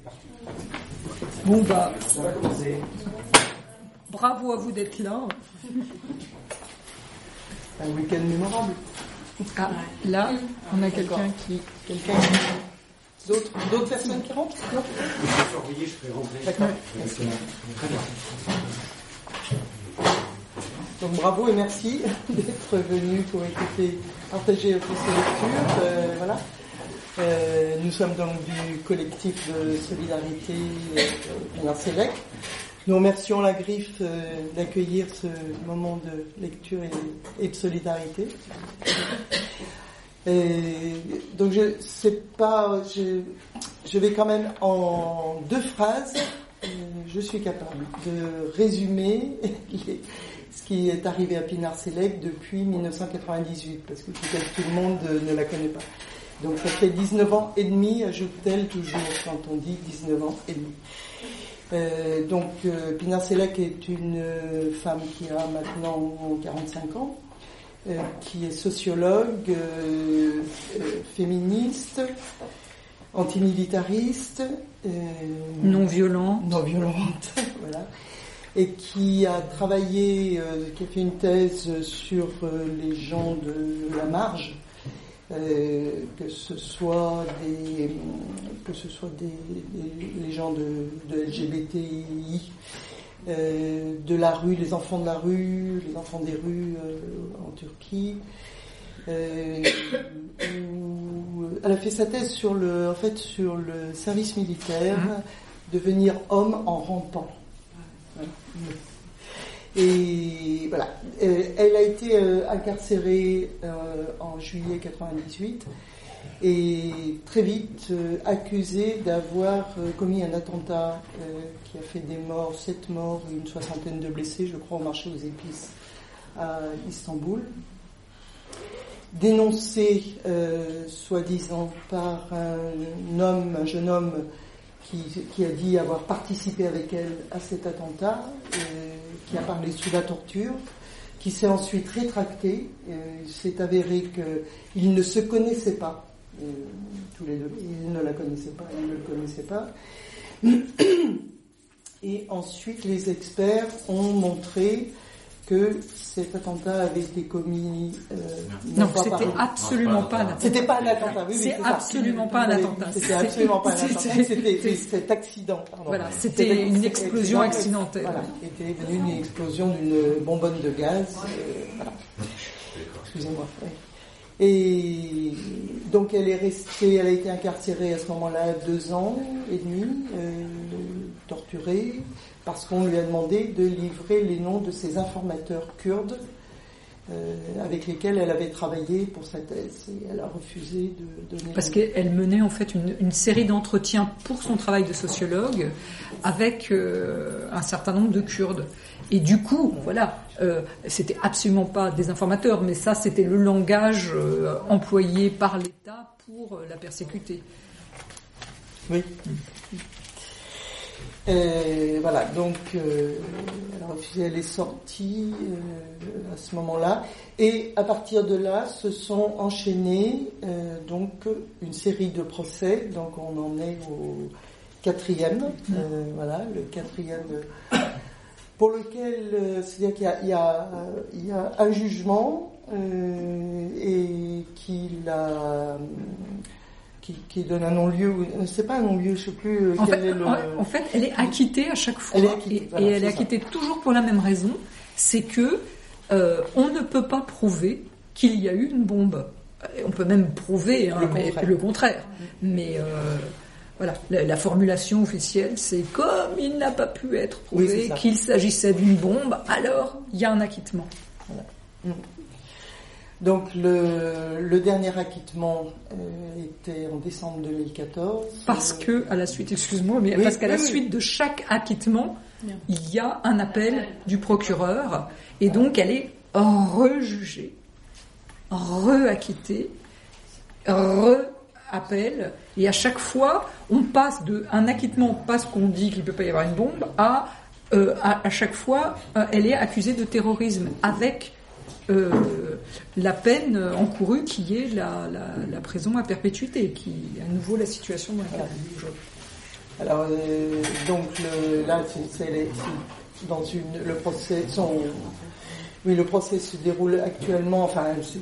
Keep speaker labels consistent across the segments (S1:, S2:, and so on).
S1: Bon, on va commencer. Bravo à vous d'être là.
S2: Un week-end mémorable.
S1: Ah, là, on a quelqu'un qui...
S2: D'autres personnes qui rentrent? Non.
S3: Je vais surveiller, je ferai rentrer.
S2: D'accord.
S3: Très bien.
S2: Donc bravo et merci d'être venu pour écouter, partager ces lectures. Voilà. Nous sommes donc du collectif de solidarité Pinard-Sélec. Nous remercions la Griffe d'accueillir ce moment de lecture et de solidarité. Donc je vais quand même en 2 phrases, je suis capable de résumer ce qui est arrivé à Pinard-Sélec depuis 1998, parce que peut-être tout le monde ne la connaît pas. Donc ça fait 19 ans et demi, ajoute-t-elle toujours quand on dit 19 ans et demi. Donc Pinard-Sélec est une femme qui a maintenant 45 ans, qui est sociologue, féministe, antimilitariste,
S1: non violente,
S2: voilà, et qui a travaillé, qui a fait une thèse sur les gens de la marge, que ce soit les gens de LGBTI, de la rue, les enfants de la rue, les enfants des rues en Turquie. Elle a fait sa thèse sur le service militaire, devenir homme en rampant. Et voilà, elle a été incarcérée en juillet 98 et très vite accusée d'avoir commis un attentat qui a fait 7 morts et une 60aine de blessés, je crois, au marché aux épices à Istanbul. Dénoncée soi-disant par un jeune homme qui a dit avoir participé avec elle à cet attentat, qui a parlé sous la torture, qui s'est ensuite rétracté. Il s'est avéré qu'ils ne se connaissaient pas, tous les deux. Il ne la connaissait pas, elle ne le connaissait pas. Et ensuite, les experts ont montré que cet attentat avait été commis...
S1: non, c'était absolument pas un attentat.
S2: C'était pas un attentat, oui,
S1: c'est absolument pas un attentat.
S2: C'était absolument pas un attentat. C'était cet accident, pardon.
S1: Voilà, c'était une explosion accidentelle.
S2: Voilà, était venue une explosion d'une bonbonne de gaz. Voilà. Excusez-moi. Oui. Et donc elle a été incarcérée à ce moment-là 2 ans et demi, torturée, parce qu'on lui a demandé de livrer les noms de ses informateurs kurdes avec lesquels elle avait travaillé pour sa thèse. Et elle a refusé de donner...
S1: Parce qu'elle menait en fait une série d'entretiens pour son travail de sociologue avec un certain nombre de Kurdes. Et du coup, voilà, c'était absolument pas des informateurs, mais ça, c'était le langage employé par l'État pour la persécuter.
S2: Oui. Voilà, donc elle est sortie à ce moment-là, et à partir de là se sont enchaînés donc une série de procès. Donc on en est au 4e, voilà, le 4e, pour lequel c'est-à-dire qu'il y a un jugement et qui donne un non-lieu, c'est pas un non-lieu, je sais plus quel est le...
S1: En fait, elle est acquittée à chaque fois, et elle est acquittée toujours pour la même raison, c'est que on ne peut pas prouver qu'il y a eu une bombe. On peut même prouver le contraire. Mais voilà, la formulation officielle, c'est comme il n'a pas pu être prouvé qu'il s'agissait d'une bombe, alors il y a un acquittement. Voilà.
S2: Donc le dernier acquittement était en décembre 2014.
S1: Parce que à la suite, excuse-moi, mais parce qu'à la suite de chaque acquittement, il y a un appel du procureur, et donc elle est rejugée, re-acquittée, re-appel, et à chaque fois, on passe un acquittement parce qu'on dit qu'il ne peut pas y avoir une bombe, à chaque fois, elle est accusée de terrorisme, avec la peine encourue qui est la prison à perpétuité, qui est à nouveau la situation dans laquelle on est aujourd'hui.
S2: Alors, donc, là, c'est dans le procès, le procès se déroule actuellement, enfin,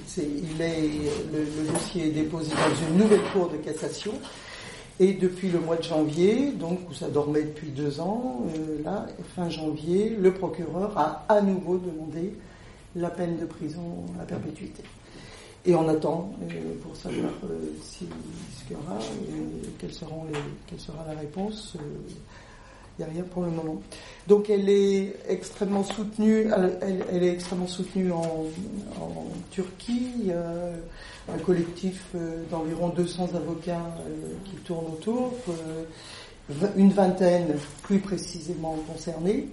S2: le dossier est déposé dans une nouvelle cour de cassation, et depuis le mois de janvier, donc, où ça dormait depuis 2 ans, là, fin janvier, le procureur a à nouveau demandé la peine de prison à perpétuité. Et on attend pour savoir ce qu'il y aura, quelle sera la réponse. Il n'y a rien pour le moment. Donc elle est extrêmement soutenue. Elle est extrêmement soutenue en Turquie. Il y a un collectif d'environ 200 avocats qui tournent autour, une vingtaine plus précisément concernés.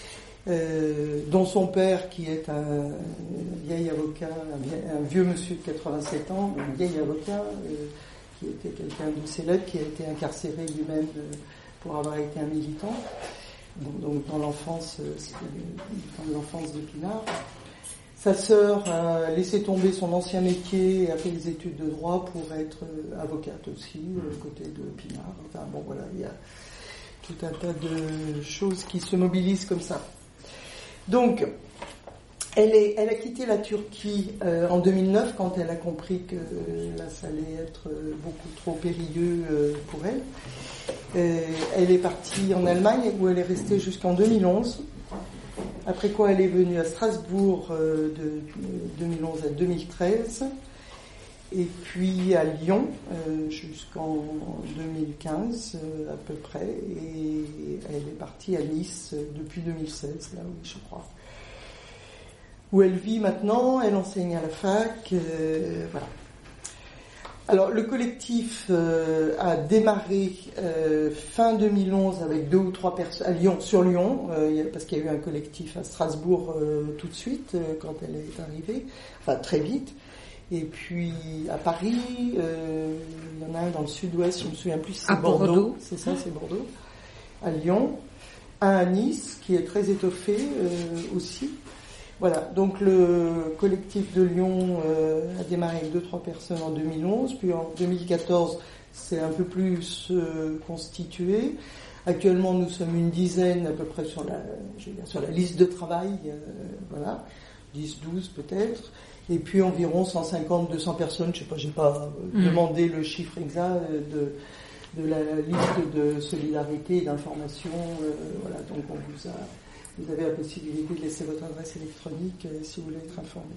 S2: Dont son père qui est un vieil avocat, un vieux monsieur de 87 ans, un vieil avocat qui était quelqu'un de célèbre, qui a été incarcéré lui-même pour avoir été un militant, donc dans l'enfance de Pinard. Sa sœur a laissé tomber son ancien métier et a fait des études de droit pour être avocate aussi, aux côtés de Pinard. Enfin bon voilà, il y a tout un tas de choses qui se mobilisent comme ça. Donc, elle a quitté la Turquie en 2009 quand elle a compris que là, ça allait être beaucoup trop périlleux pour elle. Elle est partie en Allemagne où elle est restée jusqu'en 2011. Après quoi, elle est venue à Strasbourg de 2011 à 2013. Et puis à Lyon jusqu'en 2015 à peu près, et elle est partie à Nice depuis 2016, là oui je crois, où elle vit maintenant. Elle enseigne à la fac, voilà. Alors le collectif a démarré fin 2011 avec 2 ou 3 personnes à Lyon, sur Lyon, parce qu'il y a eu un collectif à Strasbourg tout de suite quand elle est arrivée, enfin très vite. Et puis à Paris, il y en a un dans le sud-ouest, je ne me souviens plus si c'est Bordeaux. C'est ça, c'est Bordeaux. À Lyon, un à Nice qui est très étoffé aussi. Voilà, donc le collectif de Lyon a démarré avec 2-3 personnes en 2011, puis en 2014 c'est un peu plus constitué. Actuellement nous sommes une dizaine à peu près sur la liste de travail, voilà, 10-12 peut-être. Et puis environ 150-200 personnes, je sais pas, j'ai pas demandé le chiffre exact de la liste de solidarité et d'information. Voilà, donc vous avez la possibilité de laisser votre adresse électronique si vous voulez être informé.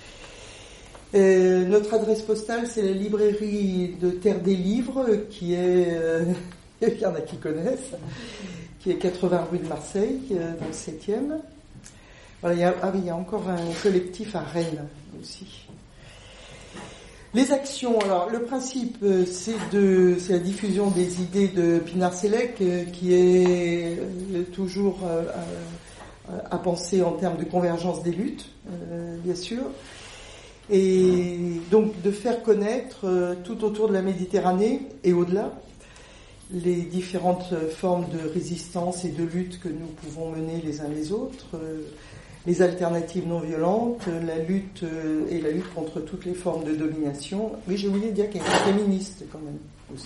S2: Notre adresse postale, c'est la librairie de Terre des Livres, qui est, il y en a qui connaissent, qui est 80 rue de Marseille, dans le 7e. Voilà, il y a encore un collectif à Rennes aussi. Les actions, alors le principe c'est la diffusion des idées de Pinar Selek qui est toujours à penser en termes de convergence des luttes, bien sûr, et donc de faire connaître tout autour de la Méditerranée et au-delà les différentes formes de résistance et de lutte que nous pouvons mener les uns les autres, les alternatives non violentes, la lutte et la lutte contre toutes les formes de domination. Oui, j'ai oublié de dire qu'il y a une féministe quand même aussi.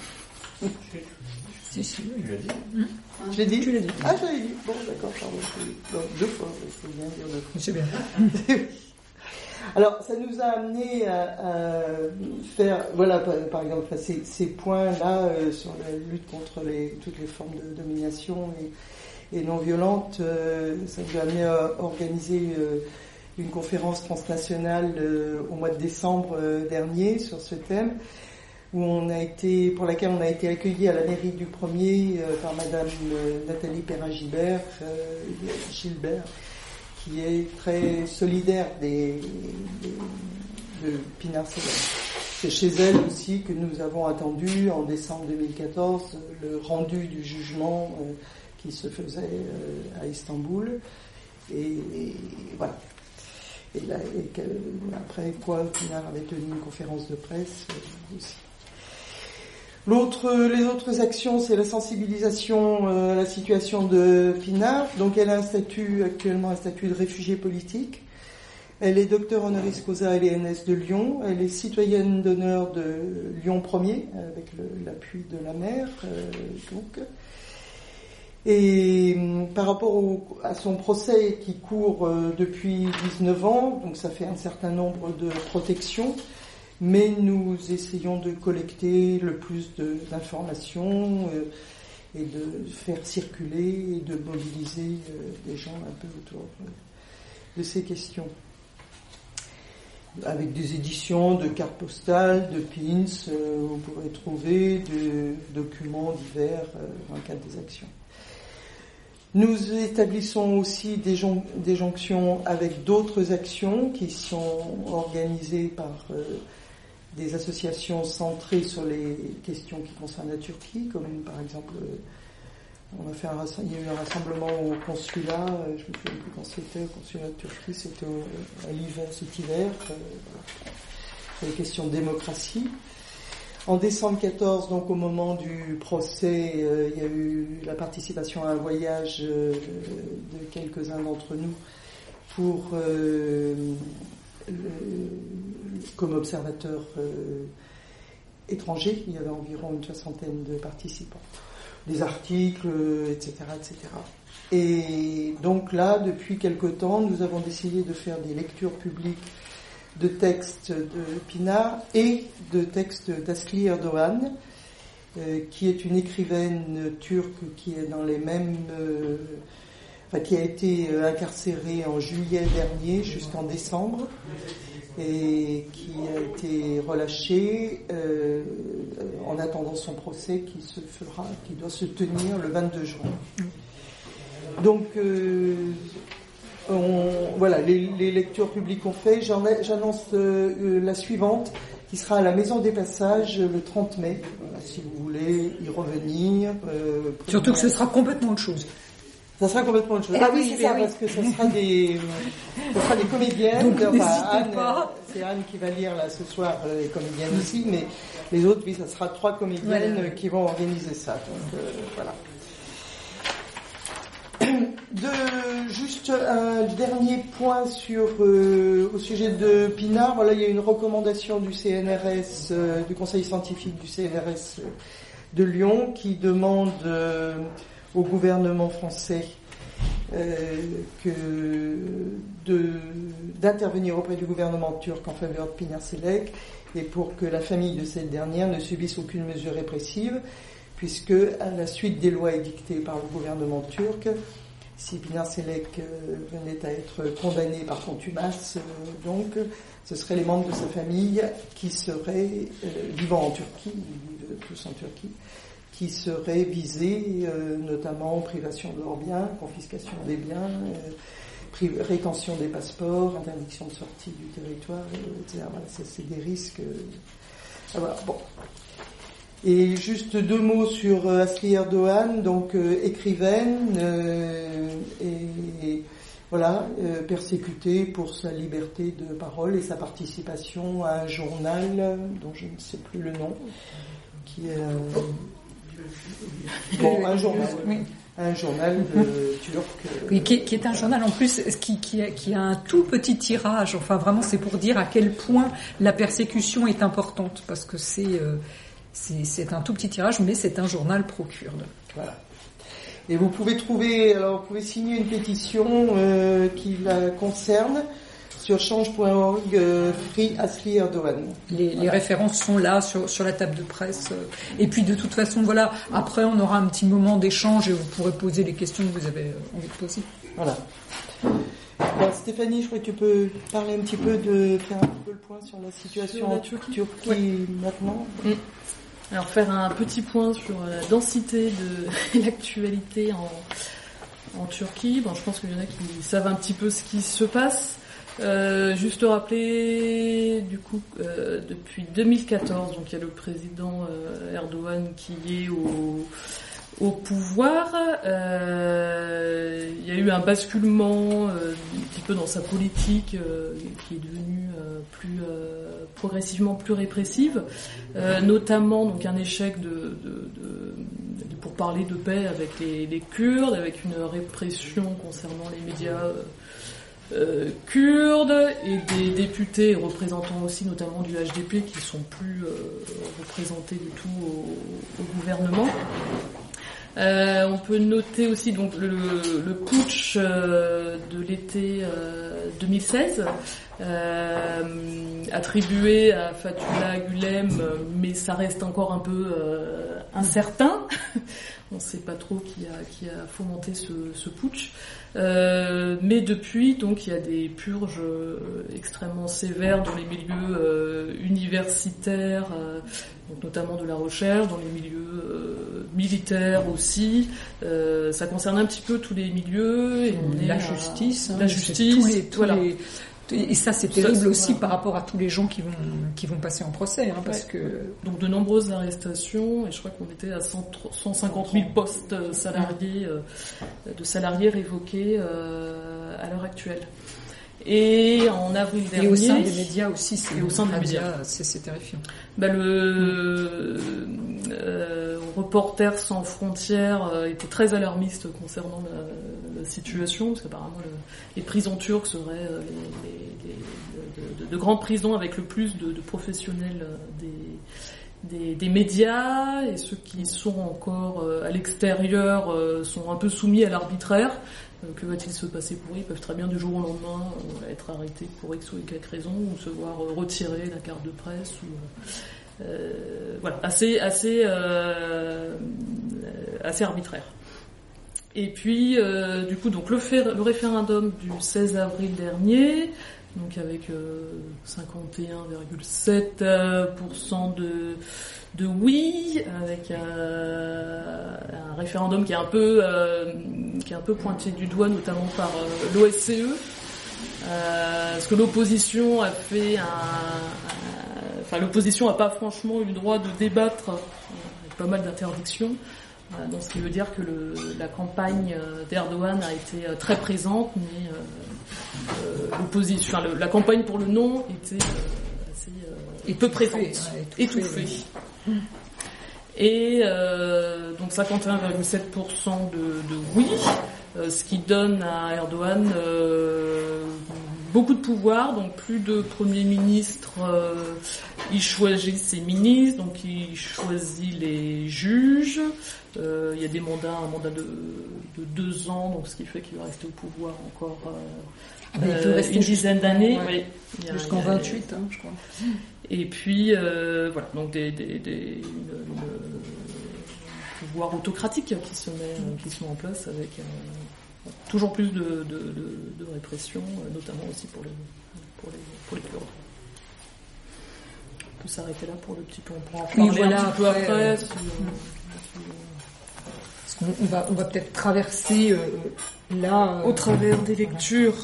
S3: Si, je l'ai dit.
S2: Je l'ai dit.
S1: Tu l'as dit.
S2: Ah, je l'ai dit. Bon, d'accord, pardon. Non, 2 fois, il faut bien dire 2 fois.
S1: C'est bien.
S2: Alors, ça nous a amené à faire, voilà, par exemple, ces points-là sur la lutte contre toutes les formes de domination et non violente. Ça nous a amené à organiser une conférence transnationale au mois de décembre dernier sur ce thème, pour laquelle on a été accueillis à la mairie du 1er par Madame Nathalie Perrin-Gilbert, qui est très solidaire de Pinar Selek. C'est chez elle aussi que nous avons attendu en décembre 2014 le rendu du jugement qui se faisait à Istanbul. Et voilà. Et après quoi, Pinar avait tenu une conférence de presse aussi. Les autres actions, c'est la sensibilisation à la situation de Pinar. Donc elle a actuellement un statut de réfugiée politique. Elle est docteur honoris causa LNS de Lyon. Elle est citoyenne d'honneur de Lyon 1er, avec l'appui de la maire. Et par rapport à son procès qui court depuis 19 ans, donc ça fait un certain nombre de protections, mais nous essayons de collecter le plus d'informations et de faire circuler et de mobiliser des gens un peu autour de ces questions. Avec des éditions de cartes postales, de pins, vous pourrez trouver de documents divers dans le cadre des actions. Nous établissons aussi des jonctions avec d'autres actions qui sont organisées par des associations centrées sur les questions qui concernent la Turquie, comme par exemple, il y a eu un rassemblement au consulat, je ne me souviens plus quand c'était, au consulat de Turquie, c'était à l'hiver, cet hiver, sur les questions de démocratie. En décembre 14, donc au moment du procès, il y a eu la participation à un voyage de quelques-uns d'entre nous pour comme observateurs étrangers. Il y avait environ une 60aine de participants. Des articles, etc., etc. Et donc là, depuis quelque temps, nous avons décidé de faire des lectures publiques de textes de Pınar et de textes d'Asli Erdoğan, qui est une écrivaine turque qui est dans les mêmes, qui a été incarcérée en juillet dernier jusqu'en décembre et qui a été relâchée en attendant son procès qui doit se tenir le 22 juin. Donc voilà, les lectures publiques qu'on fait. J'annonce la suivante, qui sera à la Maison des Passages le 30 mai, si vous voulez y revenir.
S1: Surtout que ce sera complètement autre chose.
S2: Ça sera complètement autre chose. Ah oui, c'est ça, parce que ça sera des comédiennes.
S1: Donc,
S2: c'est Anne qui va lire là ce soir, les comédiennes aussi, mais les autres, oui, ça sera 3 comédiennes qui vont organiser ça. Donc voilà. Juste un dernier point au sujet de Pınar. Voilà, il y a une recommandation du CNRS, du Conseil scientifique du CNRS de Lyon, qui demande au gouvernement français d'intervenir auprès du gouvernement turc en faveur de Pınar Selek et pour que la famille de cette dernière ne subisse aucune mesure répressive, puisque à la suite des lois édictées par le gouvernement turc, si Pınar Selek venait à être condamné par contumace, donc ce seraient les membres de sa famille qui seraient vivant en Turquie, ils vivent tous en Turquie, qui seraient visés, notamment privation de leurs biens, confiscation des biens, rétention des passeports, interdiction de sortie du territoire, etc. Voilà, ça, c'est des risques. Voilà, bon. Et juste 2 mots sur Asli Erdoğan, donc écrivaine et voilà, persécutée pour sa liberté de parole et sa participation à un journal dont je ne sais plus le nom, qui est un journal. Oui. Un journal turc.
S1: Oui, qui est un journal en plus qui a un tout petit tirage. Enfin, vraiment, c'est pour dire à quel point la persécution est importante, parce que c'est un tout petit tirage, mais c'est un journal pro-kurde.
S2: Voilà. Et vous pouvez signer une pétition qui la concerne sur change.org Free Asli Erdoğan.
S1: Les références sont là sur la table de presse. Et puis de toute façon, voilà, après on aura un petit moment d'échange et vous pourrez poser les questions que vous avez envie de poser.
S2: Voilà. Alors, Stéphanie, je crois que tu peux parler un petit peu faire un peu le point sur la situation en Turquie maintenant.
S4: Alors faire un petit point sur la densité de l'actualité en Turquie. Bon, je pense qu'il y en a qui savent un petit peu ce qui se passe. Juste rappeler, du coup, depuis 2014, donc il y a le président Erdoğan qui est au pouvoir. Il y a eu un basculement un petit peu dans sa politique qui est devenue progressivement plus répressive, notamment donc un échec pour parler de paix avec les Kurdes, avec une répression concernant les médias kurdes et des députés représentants aussi notamment du HDP qui sont plus représentés du tout au gouvernement. On peut noter aussi donc le putsch de l'été 2016 attribué à Fethullah Gülen, mais ça reste encore un peu incertain. On ne sait pas trop qui a fomenté ce putsch. Mais depuis, donc, il y a des purges extrêmement sévères dans les milieux universitaires, donc notamment de la recherche, dans les milieux militaires aussi. Ça concerne un petit peu tous les milieux. Et on est
S1: la justice.
S4: La justice,
S1: voilà. Et ça, c'est terrible aussi par rapport à tous les gens qui vont passer en procès, parce que...
S4: Donc de nombreuses arrestations, et je crois qu'on était à 150 000 postes salariés, de salariés révoqués à l'heure actuelle. Et en avril dernier...
S1: Et au sein des médias aussi, c'est terrifiant.
S4: Le Reporters sans frontières était très alarmiste concernant la situation, parce qu'apparemment les prisons turques seraient de grandes prisons avec le plus de professionnels des médias, et ceux qui sont encore à l'extérieur sont un peu soumis à l'arbitraire. Que va-t-il se passer pour eux? Ils peuvent très bien du jour au lendemain être arrêtés pour X ou Y raison, ou se voir retirer la carte de presse, ou voilà, assez arbitraire. Et puis du coup donc le référendum du 16 avril dernier, donc avec 51,7% de oui, avec un référendum qui est un peu pointé du doigt, notamment par l'OSCE, parce que l'opposition a fait l'opposition n'a pas franchement eu le droit de débattre, avec pas mal d'interdictions. Donc, ce qui veut dire que la campagne d'Erdogan a été très présente, mais l'opposition, la campagne pour le non était assez peu présente, étouffée. Et donc 51,7% de oui, ce qui donne à Erdogan beaucoup de pouvoir, donc plus de Premier ministre, il choisit ses ministres, donc il choisit les juges, il y a un mandat de 2 ans, donc ce qui fait qu'il va rester au pouvoir encore une dizaine d'années.
S1: Ouais.
S4: Oui,
S1: jusqu'en 28, je crois.
S4: Et puis, voilà, donc des pouvoirs autocratiques qui se met en place avec toujours plus de répression, notamment aussi pour les Kurdes. On peut s'arrêter là pour le petit peu, on pourra en parler un petit peu après.
S1: On va peut-être traverser là...
S4: Au travers des lectures.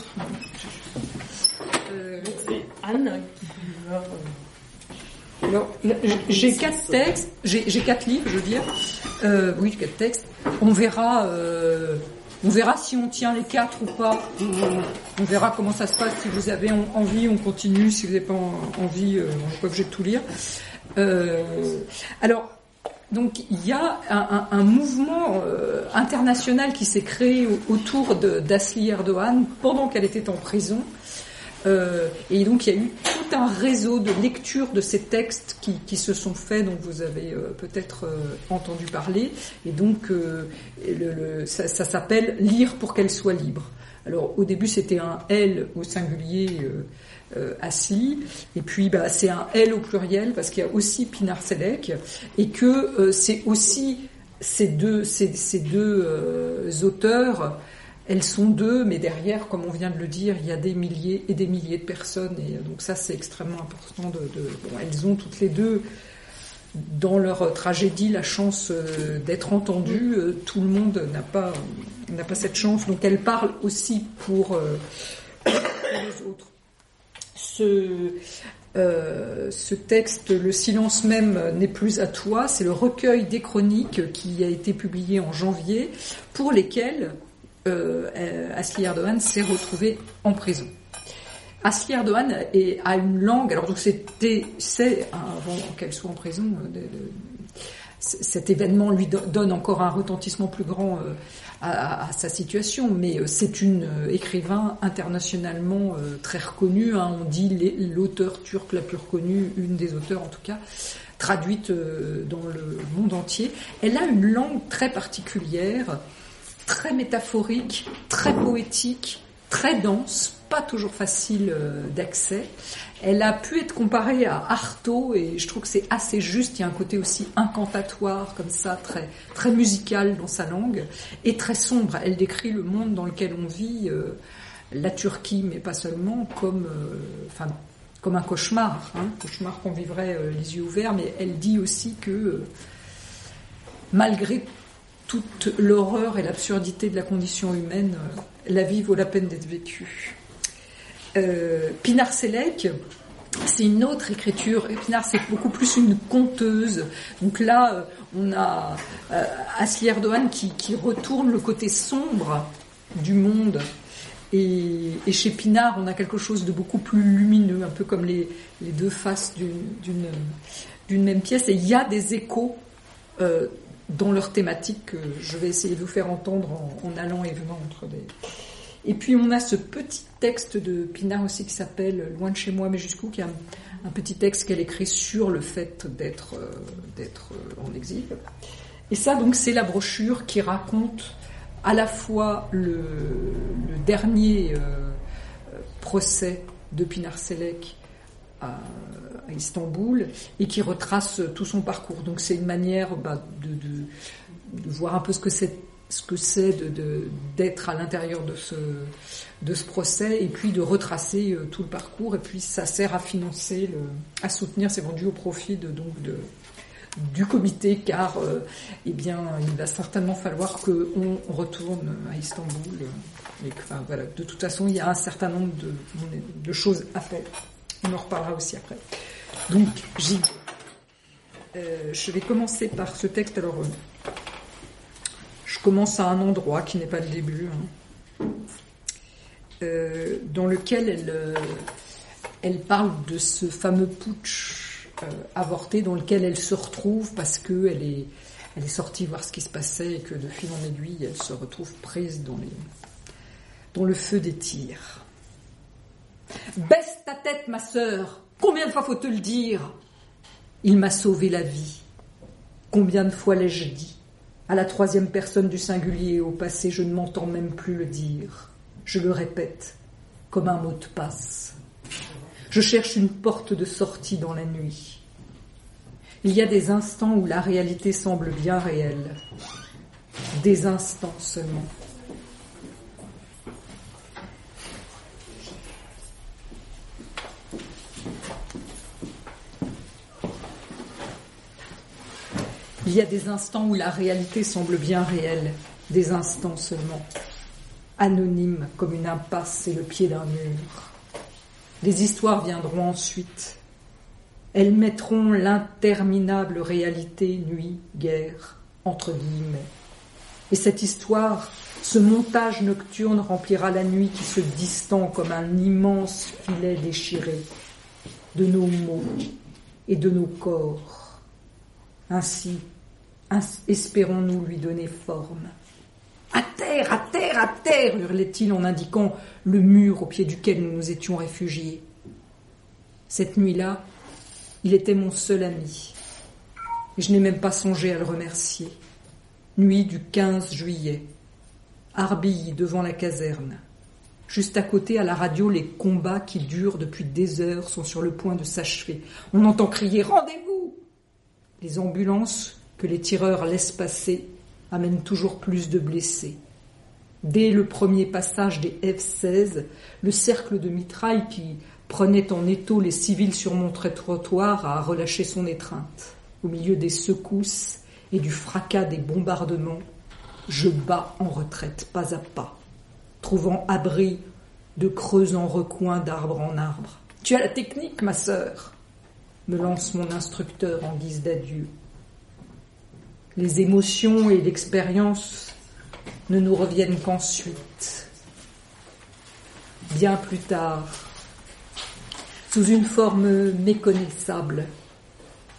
S4: C'est Anne qui va...
S1: Alors, j'ai 4 textes, j'ai 4 livres, je veux dire. Oui, 4 textes. On verra si on tient les 4 ou pas. On verra comment ça se passe. Si vous avez envie, on continue. Si vous n'avez pas envie, on n'est pas obligé de tout lire. Alors, donc, il y a un mouvement international qui s'est créé autour d'Asli Erdogan pendant qu'elle était en prison. Et donc il y a eu tout un réseau de lecture de ces textes qui se sont faits, dont vous avez peut-être entendu parler, et donc ça s'appelle « Lire pour qu'elle soit libre ». Alors au début c'était un « elle » au singulier Asli, et puis c'est un « elle » au pluriel parce qu'il y a aussi Pinar Selek, et que c'est aussi ces deux auteurs. Elles sont 2, mais derrière, comme on vient de le dire, il y a des milliers et des milliers de personnes, et donc ça c'est extrêmement important. Elles ont toutes les 2 dans leur tragédie la chance d'être entendues. Tout le monde n'a pas cette chance, donc elles parlent aussi pour les autres. Ce texte, Le silence même n'est plus à toi, c'est le recueil des chroniques qui a été publié en janvier, pour lesquelles Asli Erdogan s'est retrouvé en prison. Asli Erdogan a une langue, alors donc c'est avant qu'elle soit en prison, cet événement lui donne encore un retentissement plus grand à sa situation, mais c'est une écrivain internationalement très reconnue, hein, on dit l'auteur turc la plus reconnue, une des auteurs en tout cas, traduite dans le monde entier. Elle a une langue très particulière, très métaphorique, très poétique, très dense, pas toujours facile d'accès. Elle a pu être comparée à Artaud et je trouve que c'est assez juste. Il y a un côté aussi incantatoire comme ça, très très musical dans sa langue et très sombre. Elle décrit le monde dans lequel on vit, la Turquie, mais pas seulement, comme un cauchemar, cauchemar qu'on vivrait les yeux ouverts. Mais elle dit aussi que malgré toute l'horreur et l'absurdité de la condition humaine, la vie vaut la peine d'être vécue. Pinar Selek, c'est une autre écriture. Pinar, c'est beaucoup plus une conteuse. Donc là, on a Asli Erdogan qui retourne le côté sombre du monde. Et chez Pinar, on a quelque chose de beaucoup plus lumineux, un peu comme les deux faces d'une même pièce. Et il y a des échos dans leur thématique que je vais essayer de vous faire entendre en allant et venant entre des... Et puis on a ce petit texte de Pinar aussi qui s'appelle « Loin de chez moi mais jusqu'où », qui est un petit texte qu'elle écrit sur le fait d'être en exil. Et ça donc c'est la brochure qui raconte à la fois le dernier procès de Pinar Selek à Istanbul et qui retrace tout son parcours. Donc c'est une manière de voir un peu ce que c'est d'être à l'intérieur de ce procès et puis de retracer tout le parcours, et puis ça sert à financer à soutenir, c'est vendu au profit du comité, car il va certainement falloir qu'on retourne à Istanbul et que, voilà, de toute façon il y a un certain nombre de choses à faire. On en reparlera aussi après. Donc je vais commencer par ce texte. Alors je commence à un endroit qui n'est pas le début, dans lequel elle parle de ce fameux putsch avorté dans lequel elle se retrouve parce qu'elle est sortie voir ce qui se passait et que de fil en aiguille, elle se retrouve prise dans le feu des tirs. « Baisse ta tête, ma sœur, combien de fois faut te le dire ? Il m'a sauvé la vie. Combien de fois l'ai-je dit ? À la troisième personne du singulier, au passé, je ne m'entends même plus le dire. Je le répète, comme un mot de passe. Je cherche une porte de sortie dans la nuit. Il y a des instants où la réalité semble bien réelle. Des instants seulement. Il y a des instants où la réalité semble bien réelle, des instants seulement, anonymes comme une impasse et le pied d'un mur. Les histoires viendront ensuite. Elles mettront l'interminable réalité, nuit, guerre, entre guillemets. Et cette histoire, ce montage nocturne remplira la nuit qui se distend comme un immense filet déchiré de nos mots et de nos corps. Ainsi, espérons-nous lui donner forme. « À terre, à terre, à terre !» hurlait-il en indiquant le mur au pied duquel nous nous étions réfugiés. Cette nuit-là, il était mon seul ami. Et je n'ai même pas songé à le remercier. Nuit du 15 juillet. Arbilly devant la caserne. Juste à côté, à la radio, les combats qui durent depuis des heures sont sur le point de s'achever. On entend crier « Rendez-vous !» Les ambulances que les tireurs laissent passer amènent toujours plus de blessés. Dès le premier passage des F-16, le cercle de mitraille qui prenait en étau les civils sur mon trottoir a relâché son étreinte. Au milieu des secousses et du fracas des bombardements, je bats en retraite pas à pas, trouvant abri de creux en recoins d'arbre en arbre. « Tu as la technique, ma sœur !» me lance mon instructeur en guise d'adieu. Les émotions et l'expérience ne nous reviennent qu'ensuite, bien plus tard, sous une forme méconnaissable,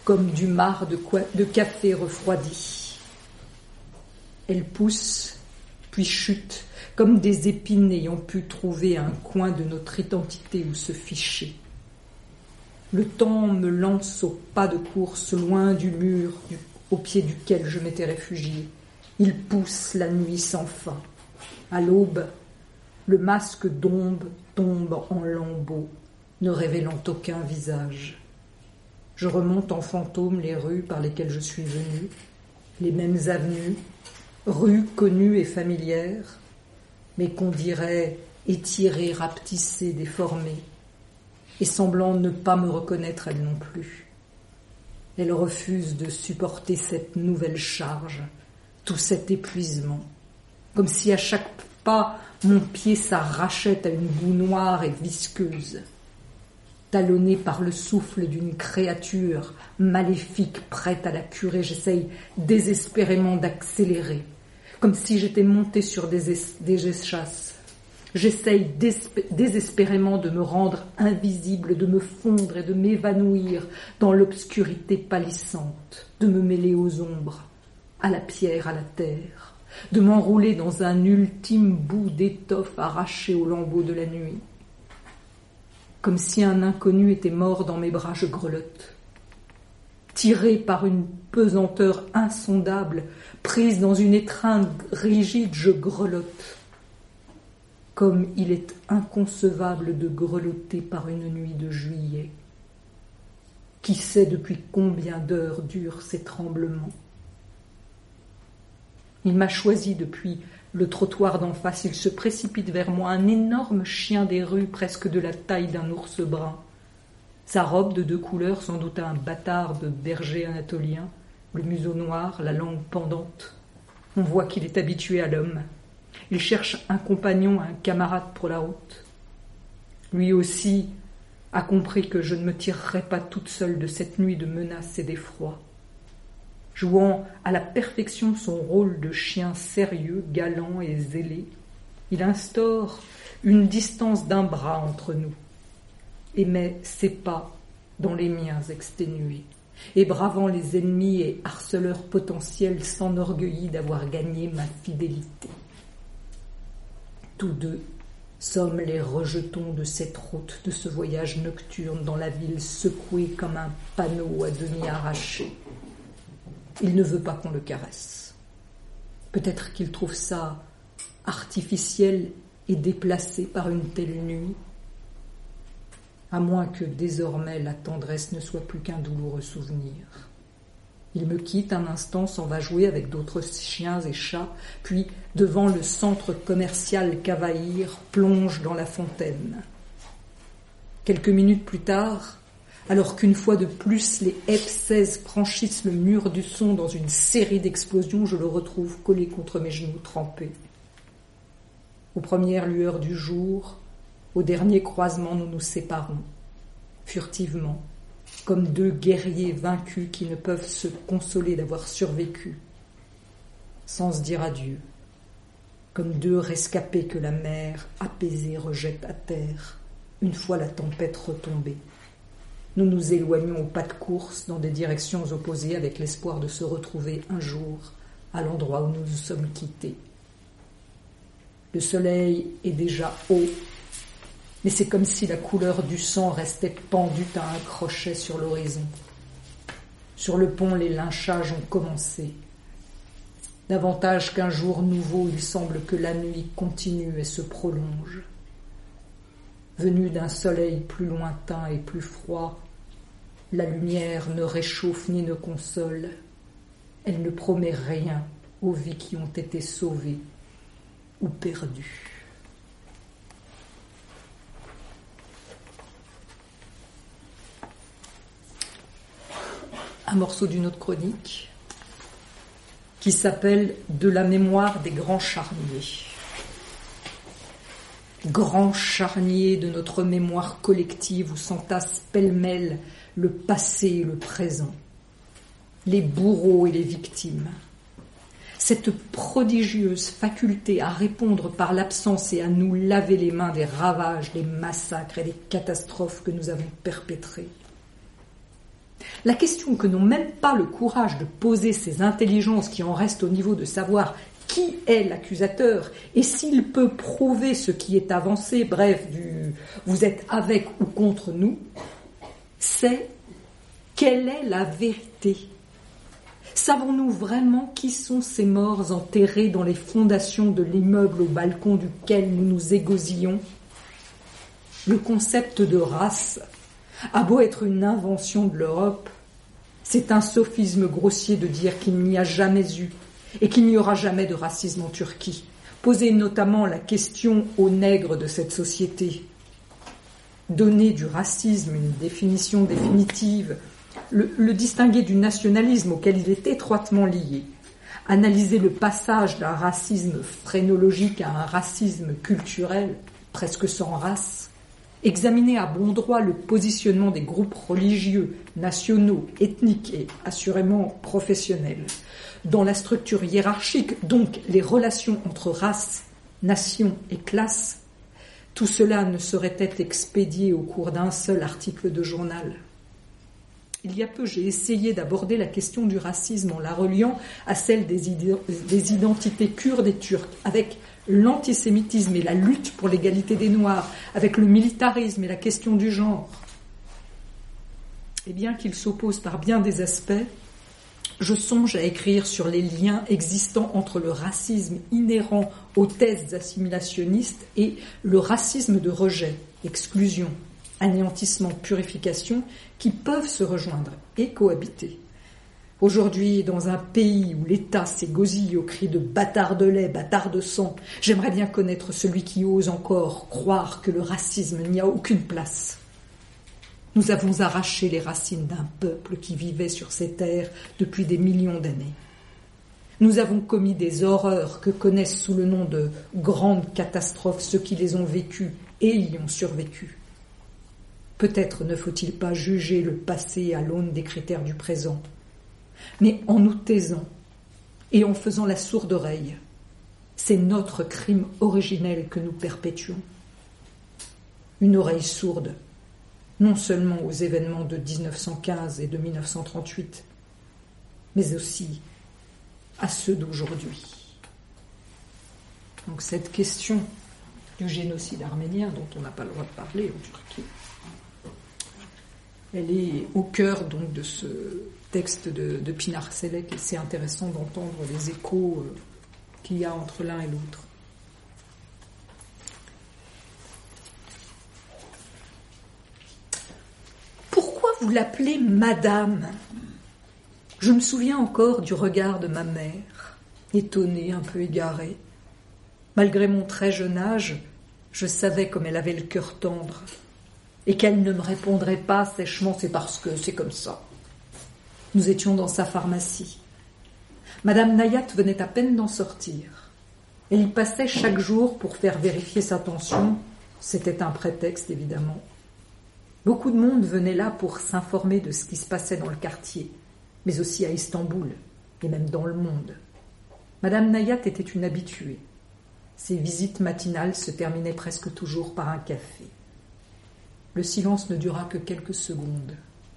S1: comme du marc de café refroidi. Elle pousse, puis chute, comme des épines n'ayant pu trouver un coin de notre identité où se ficher. Le temps me lance au pas de course loin du mur au pied duquel je m'étais réfugiée. Il pousse la nuit sans fin. À l'aube, le masque d'ombre tombe en lambeaux, ne révélant aucun visage. Je remonte en fantôme les rues par lesquelles je suis venue, les mêmes avenues, rues connues et familières, mais qu'on dirait étirées, rapetissées, déformées, et semblant ne pas me reconnaître elle non plus. Elle refuse de supporter cette nouvelle charge, tout cet épuisement, comme si à chaque pas mon pied s'arrachait à une boue noire et visqueuse. Talonnée par le souffle d'une créature maléfique prête à la curer, j'essaye désespérément d'accélérer, comme si j'étais montée sur des échasses. J'essaye désespérément de me rendre invisible, de me fondre et de m'évanouir dans l'obscurité pâlissante, de me mêler aux ombres, à la pierre, à la terre, de m'enrouler dans un ultime bout d'étoffe arraché aux lambeaux de la nuit. Comme si un inconnu était mort dans mes bras, je grelotte. Tirée par une pesanteur insondable, prise dans une étreinte rigide, je grelotte. Comme il est inconcevable de grelotter par une nuit de juillet. Qui sait depuis combien d'heures durent ces tremblements? Il m'a choisi depuis le trottoir d'en face. Il se précipite vers moi, un énorme chien des rues, presque de la taille d'un ours brun. Sa robe de 2 couleurs, sans doute un bâtard de berger anatolien, le museau noir, la langue pendante. On voit qu'il est habitué à l'homme. Il cherche un compagnon, un camarade pour la route. Lui aussi a compris que je ne me tirerai pas toute seule de cette nuit de menaces et d'effroi. Jouant à la perfection son rôle de chien sérieux, galant et zélé, il instaure une distance d'1 bras entre nous et met ses pas dans les miens exténués. Et bravant les ennemis et harceleurs potentiels, s'enorgueillit d'avoir gagné ma fidélité. Tous deux sommes les rejetons de cette route, de ce voyage nocturne dans la ville secouée comme un panneau à demi arraché. Il ne veut pas qu'on le caresse. Peut-être qu'il trouve ça artificiel et déplacé par une telle nuit, à moins que désormais la tendresse ne soit plus qu'un douloureux souvenir. Il me quitte un instant, s'en va jouer avec d'autres chiens et chats, puis, devant le centre commercial Cavaïr, plonge dans la fontaine. Quelques minutes plus tard, alors qu'une fois de plus les F-16 franchissent le mur du son dans une série d'explosions, je le retrouve collé contre mes genoux trempés. Aux premières lueurs du jour, au dernier croisement, nous nous séparons, furtivement, comme 2 guerriers vaincus qui ne peuvent se consoler d'avoir survécu, sans se dire adieu, comme 2 rescapés que la mer apaisée rejette à terre, une fois la tempête retombée. Nous nous éloignons au pas de course dans des directions opposées avec l'espoir de se retrouver un jour à l'endroit où nous nous sommes quittés. Le soleil est déjà haut, mais c'est comme si la couleur du sang restait pendue à un crochet sur l'horizon. Sur le pont, les lynchages ont commencé. Davantage qu'un jour nouveau, il semble que la nuit continue et se prolonge. Venue d'un soleil plus lointain et plus froid, la lumière ne réchauffe ni ne console. Elle ne promet rien aux vies qui ont été sauvées ou perdues. Un morceau d'une autre chronique qui s'appelle « De la mémoire des grands charniers ». Grand charnier de notre mémoire collective où s'entassent pêle-mêle le passé et le présent, les bourreaux et les victimes. Cette prodigieuse faculté à répondre par l'absence et à nous laver les mains des ravages, des massacres et des catastrophes que nous avons perpétrés. La question que n'ont même pas le courage de poser ces intelligences qui en restent au niveau de savoir qui est l'accusateur et s'il peut prouver ce qui est avancé, bref, vous êtes avec ou contre nous, c'est quelle est la vérité ? Savons-nous vraiment qui sont ces morts enterrés dans les fondations de l'immeuble au balcon duquel nous nous égosillons ? Le concept de race a beau être une invention de l'Europe, c'est un sophisme grossier de dire qu'il n'y a jamais eu et qu'il n'y aura jamais de racisme en Turquie. Poser notamment la question aux nègres de cette société. Donner du racisme une définition définitive, le distinguer du nationalisme auquel il est étroitement lié. Analyser le passage d'un racisme phrénologique à un racisme culturel, presque sans race. Examiner à bon droit le positionnement des groupes religieux, nationaux, ethniques et assurément professionnels dans la structure hiérarchique, donc les relations entre race, nation et classe. Tout cela ne saurait être expédié au cours d'un seul article de journal. Il y a peu, j'ai essayé d'aborder la question du racisme en la reliant à celle des identités kurdes et turques, avec l'antisémitisme et la lutte pour l'égalité des Noirs, avec le militarisme et la question du genre. Et bien qu'ils s'opposent par bien des aspects, je songe à écrire sur les liens existants entre le racisme inhérent aux thèses assimilationnistes et le racisme de rejet, exclusion, anéantissement, purification, qui peuvent se rejoindre et cohabiter. Aujourd'hui, dans un pays où l'État s'égosille au cri de bâtard de lait, bâtard de sang, j'aimerais bien connaître celui qui ose encore croire que le racisme n'y a aucune place. Nous avons arraché les racines d'un peuple qui vivait sur ces terres depuis des millions d'années. Nous avons commis des horreurs que connaissent sous le nom de grandes catastrophes ceux qui les ont vécues et y ont survécu. Peut-être ne faut-il pas juger le passé à l'aune des critères du présent, mais en nous taisant et en faisant la sourde oreille, c'est notre crime originel que nous perpétuons. Une oreille sourde, non seulement aux événements de 1915 et de 1938, mais aussi à ceux d'aujourd'hui. Donc cette question du génocide arménien, dont on n'a pas le droit de parler en Turquie, elle est au cœur donc de ce texte de Pinar Selek, et c'est intéressant d'entendre les échos qu'il y a entre l'un et l'autre. Pourquoi vous l'appelez Madame ? Je me souviens encore du regard de ma mère, étonnée, un peu égarée. Malgré mon très jeune âge, je savais comme elle avait le cœur tendre, et qu'elle ne me répondrait pas sèchement « c'est parce que c'est comme ça ». Nous étions dans sa pharmacie. Madame Nayat venait à peine d'en sortir. Elle y passait chaque jour pour faire vérifier sa tension. C'était un prétexte, évidemment. Beaucoup de monde venait là pour s'informer de ce qui se passait dans le quartier, mais aussi à Istanbul, et même dans le monde. Madame Nayat était une habituée. Ses visites matinales se terminaient presque toujours par un café. Le silence ne dura que quelques secondes.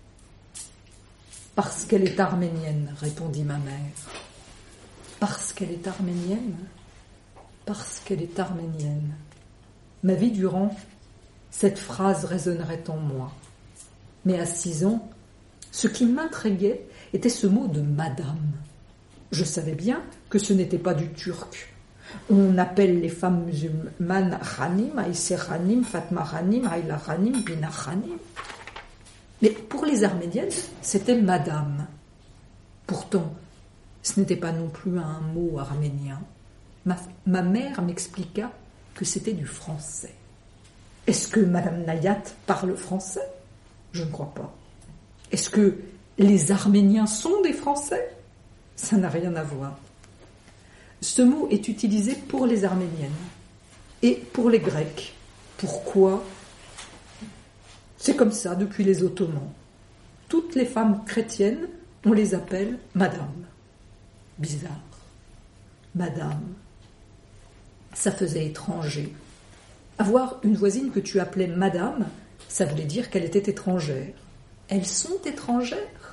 S1: « Parce qu'elle est arménienne, répondit ma mère. Parce qu'elle est arménienne ? Parce qu'elle est arménienne. Ma vie durant, cette phrase résonnerait en moi. Mais à 6 ans, ce qui m'intriguait était ce mot de madame. Je savais bien que ce n'était pas du turc. On appelle les femmes musulmanes Khanim, Aïssé Khanim, Fatma Khanim, Aïla Khanim, Bina Khanim. Mais pour les arméniennes, c'était madame. Pourtant, ce n'était pas non plus un mot arménien. Ma mère m'expliqua que c'était du français. Est-ce que Madame Nayat parle français ? Je ne crois pas. Est-ce que les Arméniens sont des Français ? Ça n'a rien à voir. Ce mot est utilisé pour les Arméniennes et pour les Grecs. Pourquoi ? C'est comme ça depuis les Ottomans. Toutes les femmes chrétiennes, on les appelle Madame. Bizarre. Madame. Ça faisait étranger. Avoir une voisine que tu appelais Madame, ça voulait dire qu'elle était étrangère. Elles sont étrangères ?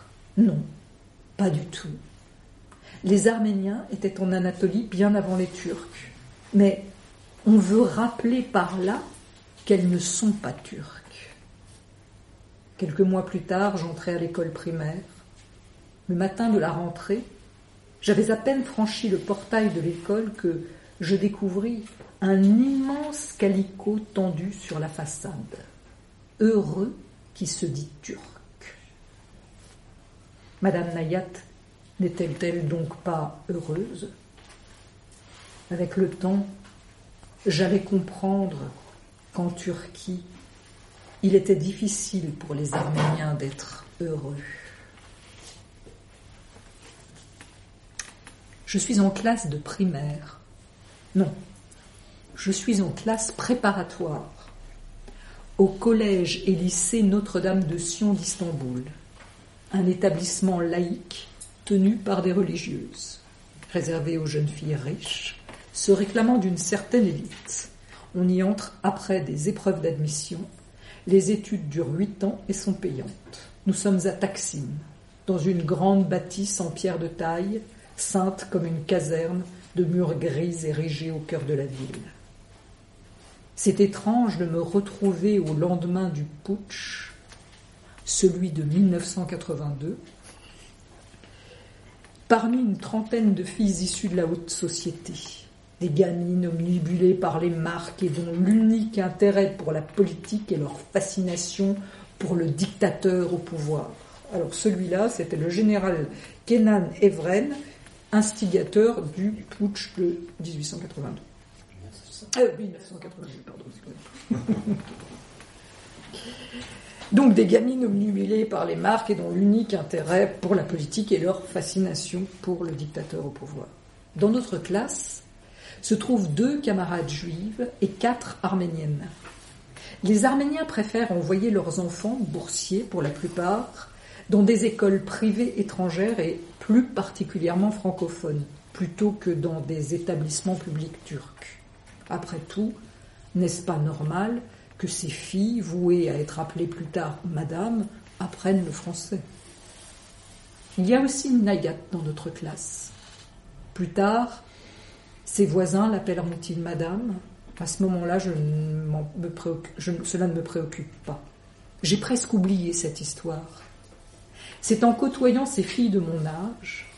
S1: Non, pas du tout. Les Arméniens étaient en Anatolie bien avant les Turcs. Mais on veut rappeler par là qu'elles ne sont pas turques. Quelques mois plus tard, j'entrais à l'école primaire. Le matin de la rentrée, j'avais à peine franchi le portail de l'école que je découvris un immense calicot tendu sur la façade. Heureux qui se dit turc. Madame Nayat n'était-elle donc pas heureuse ? Avec le temps, j'allais comprendre qu'en Turquie, il était difficile pour les Arméniens d'être heureux. Je suis en classe de primaire. Non, je suis en classe préparatoire au collège et lycée Notre-Dame de Sion d'Istanbul, un établissement laïque tenu par des religieuses, réservé aux jeunes filles riches, se réclamant d'une certaine élite. On y entre après des épreuves d'admission. Les études durent 8 ans et sont payantes. Nous sommes à Taksim, dans une grande bâtisse en pierre de taille, ceinte comme une caserne, de murs gris érigés au cœur de la ville. C'est étrange de me retrouver au lendemain du putsch, celui de 1982, parmi une trentaine de filles issues de la haute société, des gamines omnibulées par les marques et dont l'unique intérêt pour la politique est leur fascination pour le dictateur au pouvoir. Alors celui-là, c'était le général Kenan Evren, instigateur du putsch de 1882. 1982, pardon. Donc des gamines obnubilées par les marques et dont l'unique intérêt pour la politique est leur fascination pour le dictateur au pouvoir. Dans notre classe se trouvent 2 camarades juives et 4 arméniennes. Les Arméniens préfèrent envoyer leurs enfants, boursiers pour la plupart, dans des écoles privées étrangères et plus particulièrement francophones, plutôt que dans des établissements publics turcs. Après tout, n'est-ce pas normal que ces filles, vouées à être appelées plus tard Madame, apprennent le français ? Il y a aussi une Nayat dans notre classe. Plus tard, ses voisins l'appelleront-ils Madame ? À ce moment-là, cela ne me préoccupe pas. J'ai presque oublié cette histoire. C'est en côtoyant ces filles de mon âge,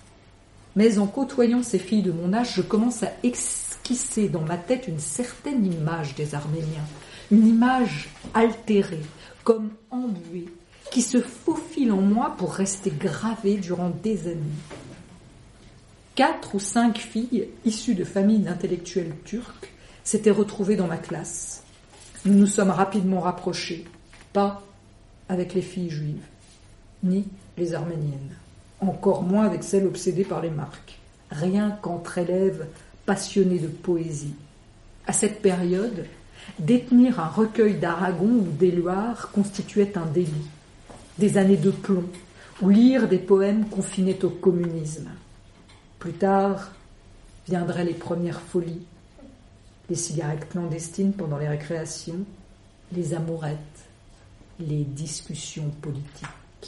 S1: je commence à esquisser dans ma tête une certaine image des Arméniens, une image altérée, comme embuée, qui se faufile en moi pour rester gravée durant des années. 4 ou 5 filles issues de familles d'intellectuels turcs s'étaient retrouvées dans ma classe. Nous nous sommes rapidement rapprochés, pas avec les filles juives, ni les arméniennes, encore moins avec celles obsédées par les marques, rien qu'entre élèves passionnés de poésie. À cette période, détenir un recueil d'Aragon ou d'Éluard constituait un délit. Des années de plomb, où lire des poèmes confinait au communisme. Plus tard, viendraient les premières folies, les cigarettes clandestines pendant les récréations, les amourettes, les discussions politiques.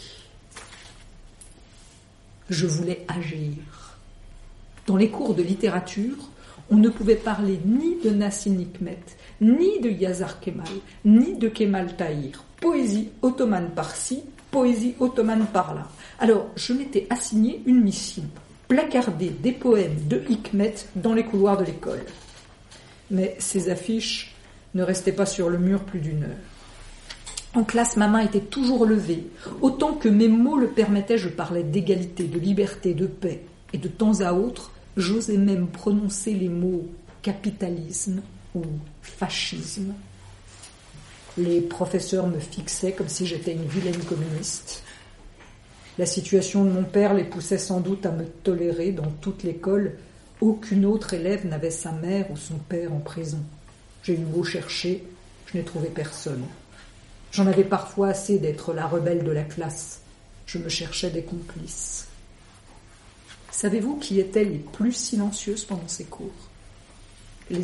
S1: Je voulais agir. Dans les cours de littérature, on ne pouvait parler ni de Nassim Hikmet, ni de Yazar Kemal, ni de Kemal Tahir. Poésie ottomane par-ci, poésie ottomane par-là. Alors, je m'étais assigné une mission, placarder des poèmes de Hikmet dans les couloirs de l'école. Mais ces affiches ne restaient pas sur le mur plus d'1 heure. En classe, ma main était toujours levée. Autant que mes mots le permettaient, je parlais d'égalité, de liberté, de paix. Et de temps à autre, j'osais même prononcer les mots capitalisme ou fascisme. Les professeurs me fixaient comme si j'étais une vilaine communiste. La situation de mon père les poussait sans doute à me tolérer. Dans toute l'école, aucune autre élève n'avait sa mère ou son père en prison. J'ai eu beau chercher, je n'ai trouvé personne. J'en avais parfois assez d'être la rebelle de la classe. Je me cherchais des complices. Savez-vous qui étaient les plus silencieuses pendant ces cours ?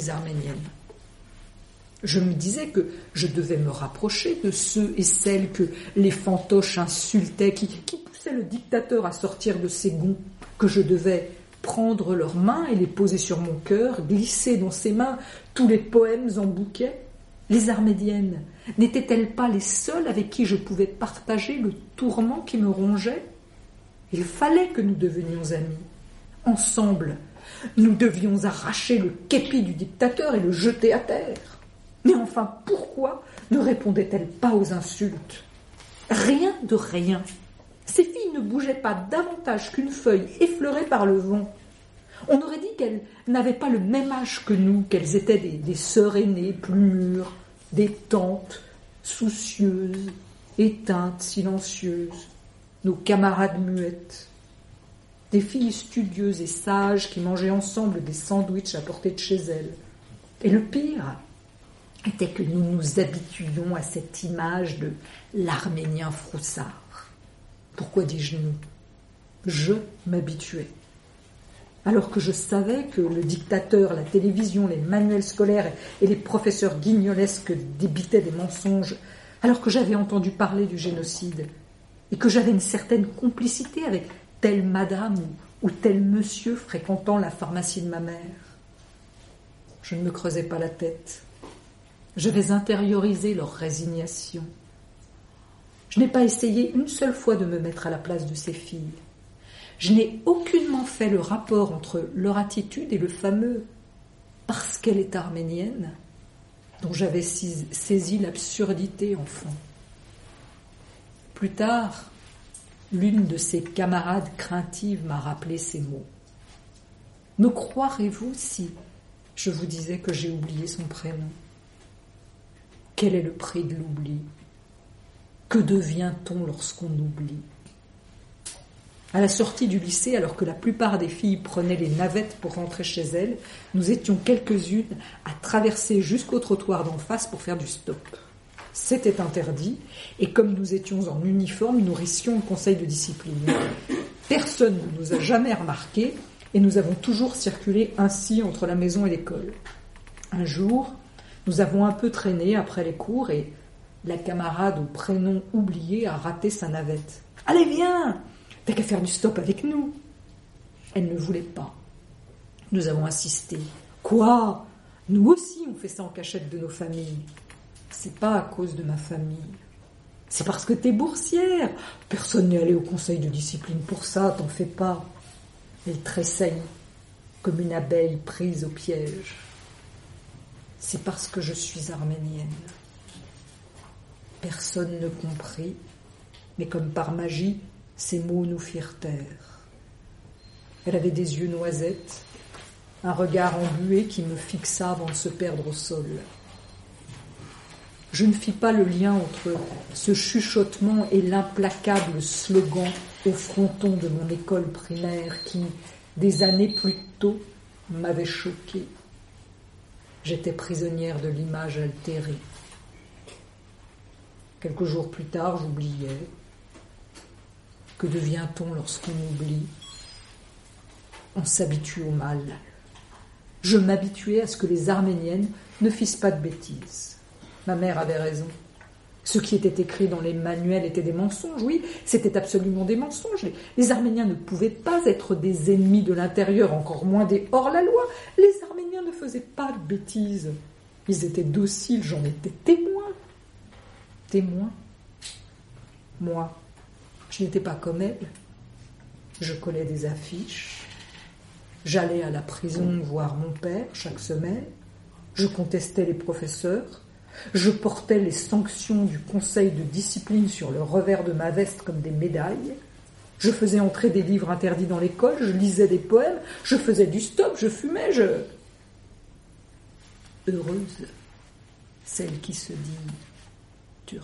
S1: Les Arméniennes. Je me disais que je devais me rapprocher de ceux et celles que les fantoches insultaient, qui poussaient le dictateur à sortir de ses gonds, que je devais prendre leurs mains et les poser sur mon cœur, glisser dans ses mains tous les poèmes en bouquet. Les Armédiennes n'étaient-elles pas les seules avec qui je pouvais partager le tourment qui me rongeait ? Il fallait que nous devenions amis. Ensemble, nous devions arracher le képi du dictateur et le jeter à terre. Mais enfin, pourquoi ne répondait-elle pas aux insultes ? Rien de rien. Ces filles ne bougeaient pas davantage qu'une feuille effleurée par le vent. On aurait dit qu'elles n'avaient pas le même âge que nous, qu'elles étaient des sœurs aînées plus mûres, des tantes soucieuses, éteintes, silencieuses, nos camarades muettes. Des filles studieuses et sages qui mangeaient ensemble des sandwichs apportés de chez elles. Et le pire était que nous nous habituions à cette image de l'Arménien froussard. Pourquoi dis-je nous ? Je m'habituais. Alors que je savais que le dictateur, la télévision, les manuels scolaires et les professeurs guignolesques débitaient des mensonges, alors que j'avais entendu parler du génocide, et que j'avais une certaine complicité avec telle madame ou tel monsieur fréquentant la pharmacie de ma mère. Je ne me creusais pas la tête. J'avais intériorisé leur résignation. Je n'ai pas essayé une seule fois de me mettre à la place de ces filles. Je n'ai aucunement fait le rapport entre leur attitude et le fameux « parce qu'elle est arménienne » dont j'avais saisi l'absurdité enfant. Plus tard, l'une de ses camarades craintives m'a rappelé ces mots. « Me croirez-vous si je vous disais que j'ai oublié son prénom ? Quel est le prix de l'oubli ? Que devient-on lorsqu'on oublie ? » À la sortie du lycée, alors que la plupart des filles prenaient les navettes pour rentrer chez elles, nous étions quelques-unes à traverser jusqu'au trottoir d'en face pour faire du stop. C'était interdit, et comme nous étions en uniforme, nous risquions le conseil de discipline. Personne ne nous a jamais remarqués, et nous avons toujours circulé ainsi entre la maison et l'école. Un jour, nous avons un peu traîné après les cours, et la camarade au prénom oublié a raté sa navette. « Allez, viens ! T'as qu'à faire du stop avec nous !» Elle ne voulait pas. Nous avons insisté. « Quoi ? Nous aussi, on fait ça en cachette de nos familles. » C'est pas à cause de ma famille. C'est parce que t'es boursière. Personne n'est allé au conseil de discipline pour ça, t'en fais pas. Elle tressaillit, comme une abeille prise au piège. C'est parce que je suis arménienne. Personne ne comprit, mais comme par magie, ces mots nous firent taire. Elle avait des yeux noisettes, un regard embué qui me fixa avant de se perdre au sol. Je ne fis pas le lien entre ce chuchotement et l'implacable slogan au fronton de mon école primaire qui, des années plus tôt, m'avait choquée. J'étais prisonnière de l'image altérée. Quelques jours plus tard, j'oubliais. Que devient-on lorsqu'on oublie ? On s'habitue au mal. Je m'habituais à ce que les Arméniennes ne fissent pas de bêtises. Ma mère avait raison. Ce qui était écrit dans les manuels était des mensonges, oui, c'était absolument des mensonges. Les Arméniens ne pouvaient pas être des ennemis de l'intérieur, encore moins des hors-la-loi. Les Arméniens ne faisaient pas de bêtises. Ils étaient dociles, j'en étais témoin. Témoin. Moi, je n'étais pas comme elle. Je collais des affiches. J'allais à la prison voir mon père chaque semaine. Je contestais les professeurs. Je portais les sanctions du conseil de discipline sur le revers de ma veste comme des médailles. Je faisais entrer des livres interdits dans l'école. Je lisais des poèmes. Je faisais du stop. Je fumais. Heureuse, celle qui se dit turque.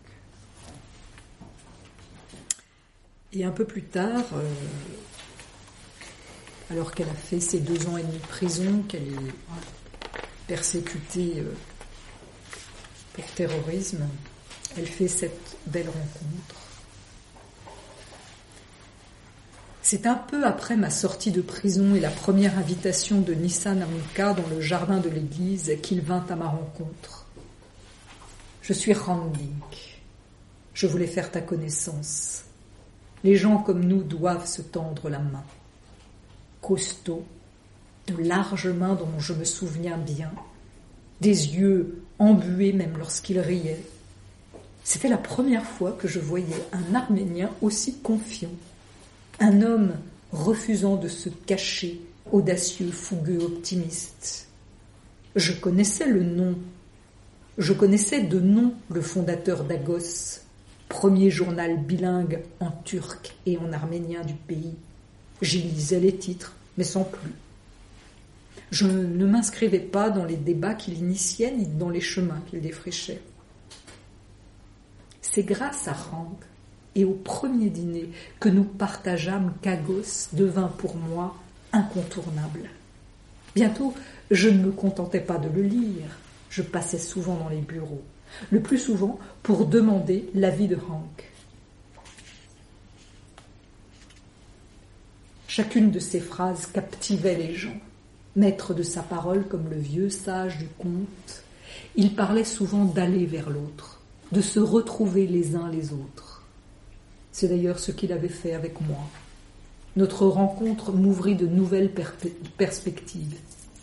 S1: Et un peu plus tard, alors qu'elle a fait ses 2 ans et demi de prison, qu'elle est persécutée pour terrorisme, elle fait cette belle rencontre. C'est un peu après ma sortie de prison et la première invitation de Nissan Amoulka dans le jardin de l'église qu'il vint à ma rencontre. Je suis Randink. Je voulais faire ta connaissance. Les gens comme nous doivent se tendre la main. Costaud, de larges mains dont je me souviens bien, des yeux embués même lorsqu'il riait. C'était la première fois que je voyais un Arménien aussi confiant, un homme refusant de se cacher, audacieux, fougueux, optimiste. Je connaissais de nom le fondateur d'Agos, premier journal bilingue en turc et en arménien du pays. J'y lisais les titres, mais sans plus. Je ne m'inscrivais pas dans les débats qu'il initiait ni dans les chemins qu'il défrichait. C'est grâce à Rang et au premier dîner que nous partageâmes qu'Agos devint pour moi incontournable. Bientôt, je ne me contentais pas de le lire, je passais souvent dans les bureaux, le plus souvent pour demander l'avis de Hank. Chacune de ses phrases captivait les gens. Maître de sa parole comme le vieux sage du conte, il parlait souvent d'aller vers l'autre, de se retrouver les uns les autres. C'est d'ailleurs ce qu'il avait fait avec moi. Notre rencontre m'ouvrit de nouvelles perspectives.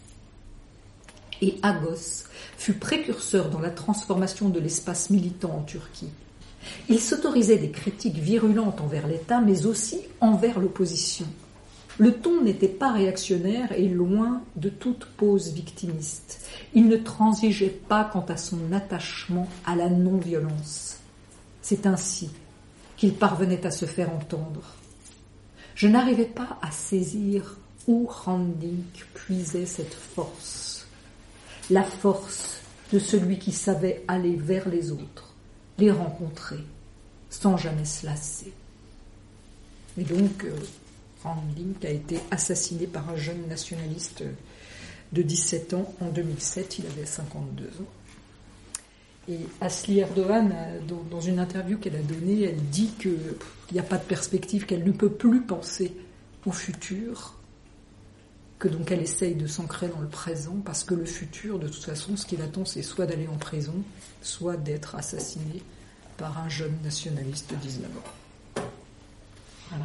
S1: Et Agos fut précurseur dans la transformation de l'espace militant en Turquie. Il s'autorisait des critiques virulentes envers l'État, mais aussi envers l'opposition. Le ton n'était pas réactionnaire et loin de toute pose victimiste. Il ne transigeait pas quant à son attachement à la non-violence. C'est ainsi qu'il parvenait à se faire entendre. Je n'arrivais pas à saisir où Randink puisait cette force. La force de celui qui savait aller vers les autres, les rencontrer, sans jamais se lasser. Et donc, Randink a été assassiné par un jeune nationaliste de 17 ans en 2007, il avait 52 ans. Et Asli Erdogan, dans une interview qu'elle a donnée, elle dit qu'il n'y a pas de perspective, qu'elle ne peut plus penser au futur, que donc elle essaye de s'ancrer dans le présent, parce que le futur, de toute façon, ce qu'il attend, c'est soit d'aller en prison, soit d'être assassiné par un jeune nationaliste de 19 ans. Voilà.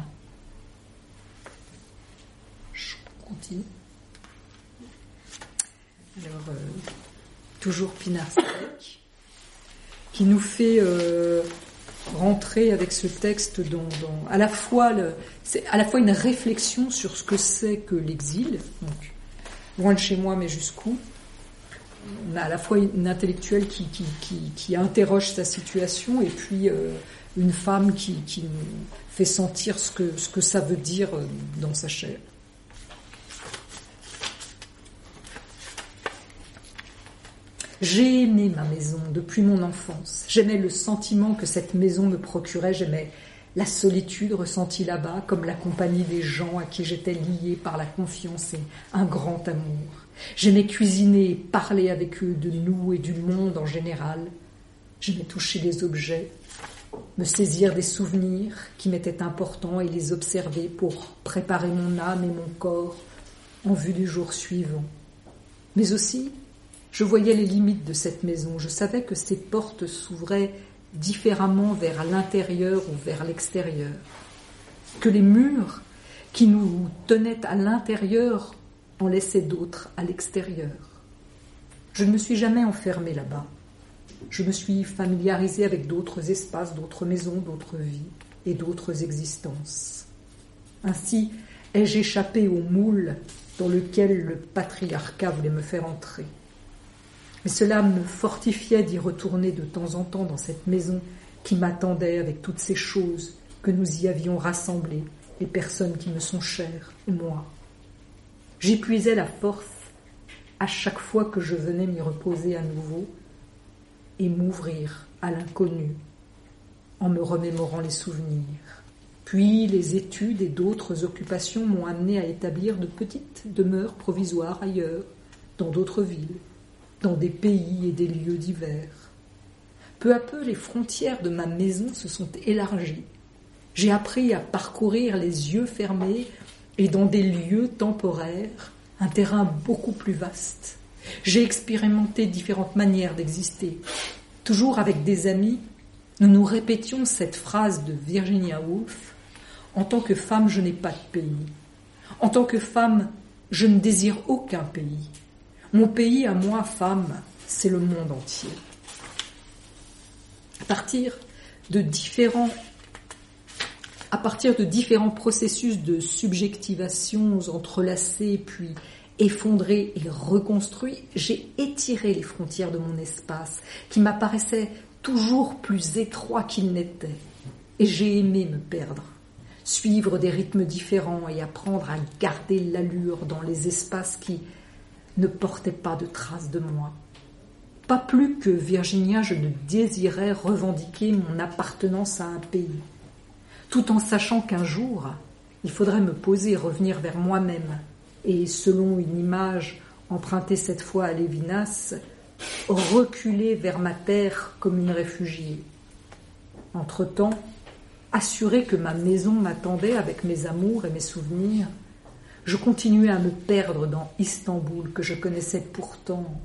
S1: Je continue. Alors, toujours Pinar Selek, qui nous fait rentrer avec ce texte dans à la fois une réflexion sur ce que c'est que l'exil, donc loin de chez moi mais jusqu'où. On a à la fois une intellectuelle qui interroge sa situation et puis une femme qui nous fait sentir ce que ça veut dire dans sa chair. J'ai aimé ma maison depuis mon enfance. J'aimais le sentiment que cette maison me procurait. J'aimais la solitude ressentie là-bas, comme la compagnie des gens à qui j'étais liée par la confiance et un grand amour. J'aimais cuisiner et parler avec eux de nous et du monde en général. J'aimais toucher les objets, me saisir des souvenirs qui m'étaient importants et les observer pour préparer mon âme et mon corps en vue du jour suivant. Mais aussi, je voyais les limites de cette maison. Je savais que ses portes s'ouvraient différemment vers l'intérieur ou vers l'extérieur. Que les murs qui nous tenaient à l'intérieur en laissaient d'autres à l'extérieur. Je ne me suis jamais enfermée là-bas. Je me suis familiarisée avec d'autres espaces, d'autres maisons, d'autres vies et d'autres existences. Ainsi ai-je échappé au moule dans lequel le patriarcat voulait me faire entrer. Mais cela me fortifiait d'y retourner de temps en temps dans cette maison qui m'attendait avec toutes ces choses que nous y avions rassemblées, les personnes qui me sont chères, moi. J'y puisais la force à chaque fois que je venais m'y reposer à nouveau et m'ouvrir à l'inconnu en me remémorant les souvenirs. Puis les études et d'autres occupations m'ont amené à établir de petites demeures provisoires ailleurs, dans d'autres villes, dans des pays et des lieux divers. Peu à peu, les frontières de ma maison se sont élargies. J'ai appris à parcourir les yeux fermés et dans des lieux temporaires, un terrain beaucoup plus vaste. J'ai expérimenté différentes manières d'exister. Toujours avec des amis, nous nous répétions cette phrase de Virginia Woolf: en tant que femme, je n'ai pas de pays. En tant que femme, je ne désire aucun pays. Mon pays à moi, femme, c'est le monde entier. À partir de différents processus de subjectivation entrelacés, puis effondrés et reconstruits, j'ai étiré les frontières de mon espace, qui m'apparaissait toujours plus étroit qu'il n'était. Et j'ai aimé me perdre, suivre des rythmes différents et apprendre à garder l'allure dans les espaces qui ne portaient pas de traces de moi. Pas plus que Virginia, je ne désirais revendiquer mon appartenance à un pays, tout en sachant qu'un jour, il faudrait me poser et revenir vers moi-même, et selon une image empruntée cette fois à Lévinas, reculer vers ma terre comme une réfugiée. Entre-temps, assurée que ma maison m'attendait avec mes amours et mes souvenirs, je continuais à me perdre dans Istanbul, que je connaissais pourtant.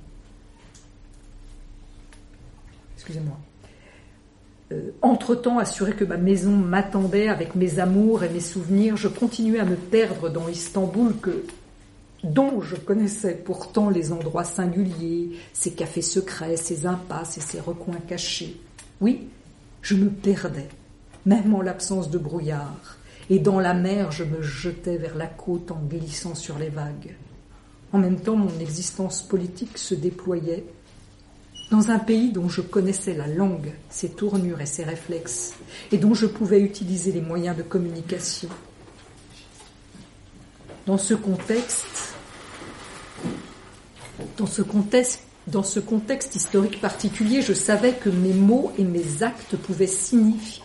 S1: Entre-temps, assurée que ma maison m'attendait avec mes amours et mes souvenirs, je continuais à me perdre dans Istanbul, dont je connaissais pourtant les endroits singuliers, ses cafés secrets, ses impasses et ses recoins cachés. Oui, je me perdais, même en l'absence de brouillard, et dans la mer, je me jetais vers la côte en glissant sur les vagues. En même temps, mon existence politique se déployait dans un pays dont je connaissais la langue, ses tournures et ses réflexes, et dont je pouvais utiliser les moyens de communication. Dans ce contexte historique particulier, je savais que mes mots et mes actes pouvaient signifier...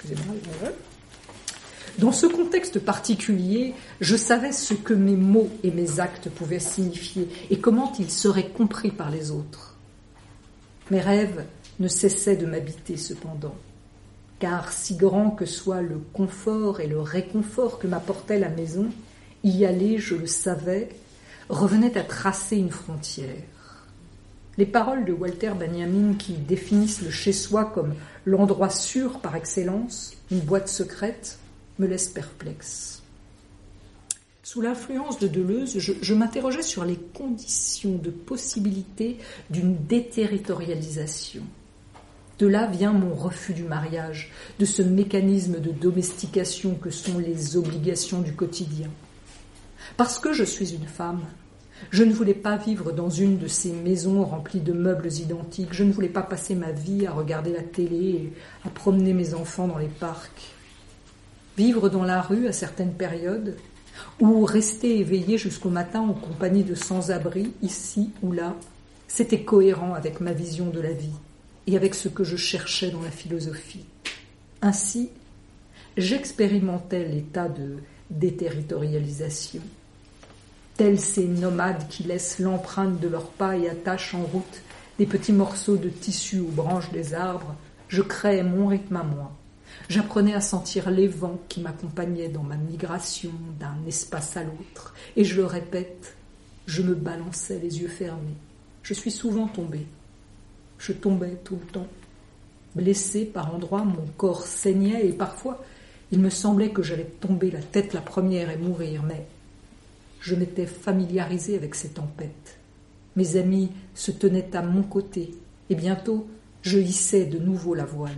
S1: Dans ce contexte particulier, je savais ce que mes mots et mes actes pouvaient signifier et comment ils seraient compris par les autres. Mes rêves ne cessaient de m'habiter cependant, car si grand que soit le confort et le réconfort que m'apportait la maison, y aller, je le savais, revenait à tracer une frontière. Les paroles de Walter Benjamin qui définissent le chez-soi comme l'endroit sûr par excellence, une boîte secrète, me laissent perplexe. Sous l'influence de Deleuze, je m'interrogeais sur les conditions de possibilité d'une déterritorialisation. De là vient mon refus du mariage, de ce mécanisme de domestication que sont les obligations du quotidien. Parce que je suis une femme, je ne voulais pas vivre dans une de ces maisons remplies de meubles identiques, je ne voulais pas passer ma vie à regarder la télé et à promener mes enfants dans les parcs. Vivre dans la rue à certaines périodes, ou rester éveillé jusqu'au matin en compagnie de sans-abri, ici ou là, c'était cohérent avec ma vision de la vie et avec ce que je cherchais dans la philosophie. Ainsi, j'expérimentais l'état de déterritorialisation. Tels ces nomades qui laissent l'empreinte de leurs pas et attachent en route des petits morceaux de tissu aux branches des arbres, je créais mon rythme à moi. J'apprenais à sentir les vents qui m'accompagnaient dans ma migration d'un espace à l'autre. Et je le répète, je me balançais les yeux fermés. Je suis souvent tombée. Je tombais tout le temps. Blessée par endroits, mon corps saignait et parfois, il me semblait que j'allais tomber la tête la première et mourir. Mais je m'étais familiarisée avec ces tempêtes. Mes amis se tenaient à mon côté et bientôt, je hissais de nouveau la voile.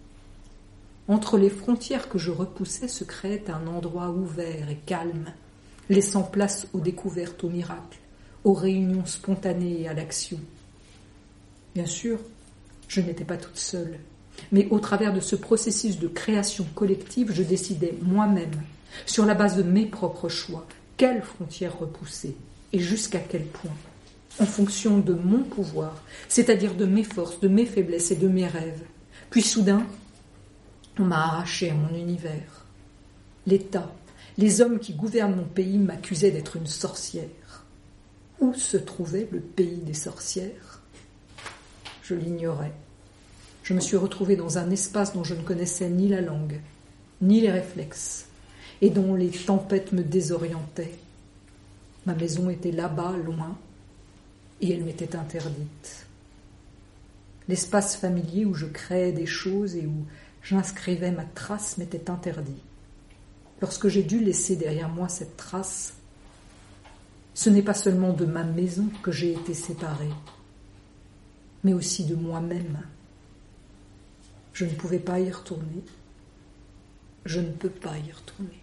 S1: Entre les frontières que je repoussais se créait un endroit ouvert et calme, laissant place aux découvertes, aux miracles, aux réunions spontanées et à l'action. Bien sûr, je n'étais pas toute seule, mais au travers de ce processus de création collective, je décidais moi-même, sur la base de mes propres choix, quelles frontières repousser et jusqu'à quel point, en fonction de mon pouvoir, c'est-à-dire de mes forces, de mes faiblesses et de mes rêves. Puis soudain, on m'a arraché à mon univers. L'État, les hommes qui gouvernent mon pays m'accusaient d'être une sorcière. Où se trouvait le pays des sorcières ? Je l'ignorais. Je me suis retrouvée dans un espace dont je ne connaissais ni la langue, ni les réflexes, et dont les tempêtes me désorientaient. Ma maison était là-bas, loin, et elle m'était interdite. L'espace familier où je créais des choses et où j'inscrivais ma trace m'était interdit. Lorsque j'ai dû laisser derrière moi cette trace, ce n'est pas seulement de ma maison que j'ai été séparée, mais aussi de moi-même. Je ne pouvais pas y retourner. Je ne peux pas y retourner.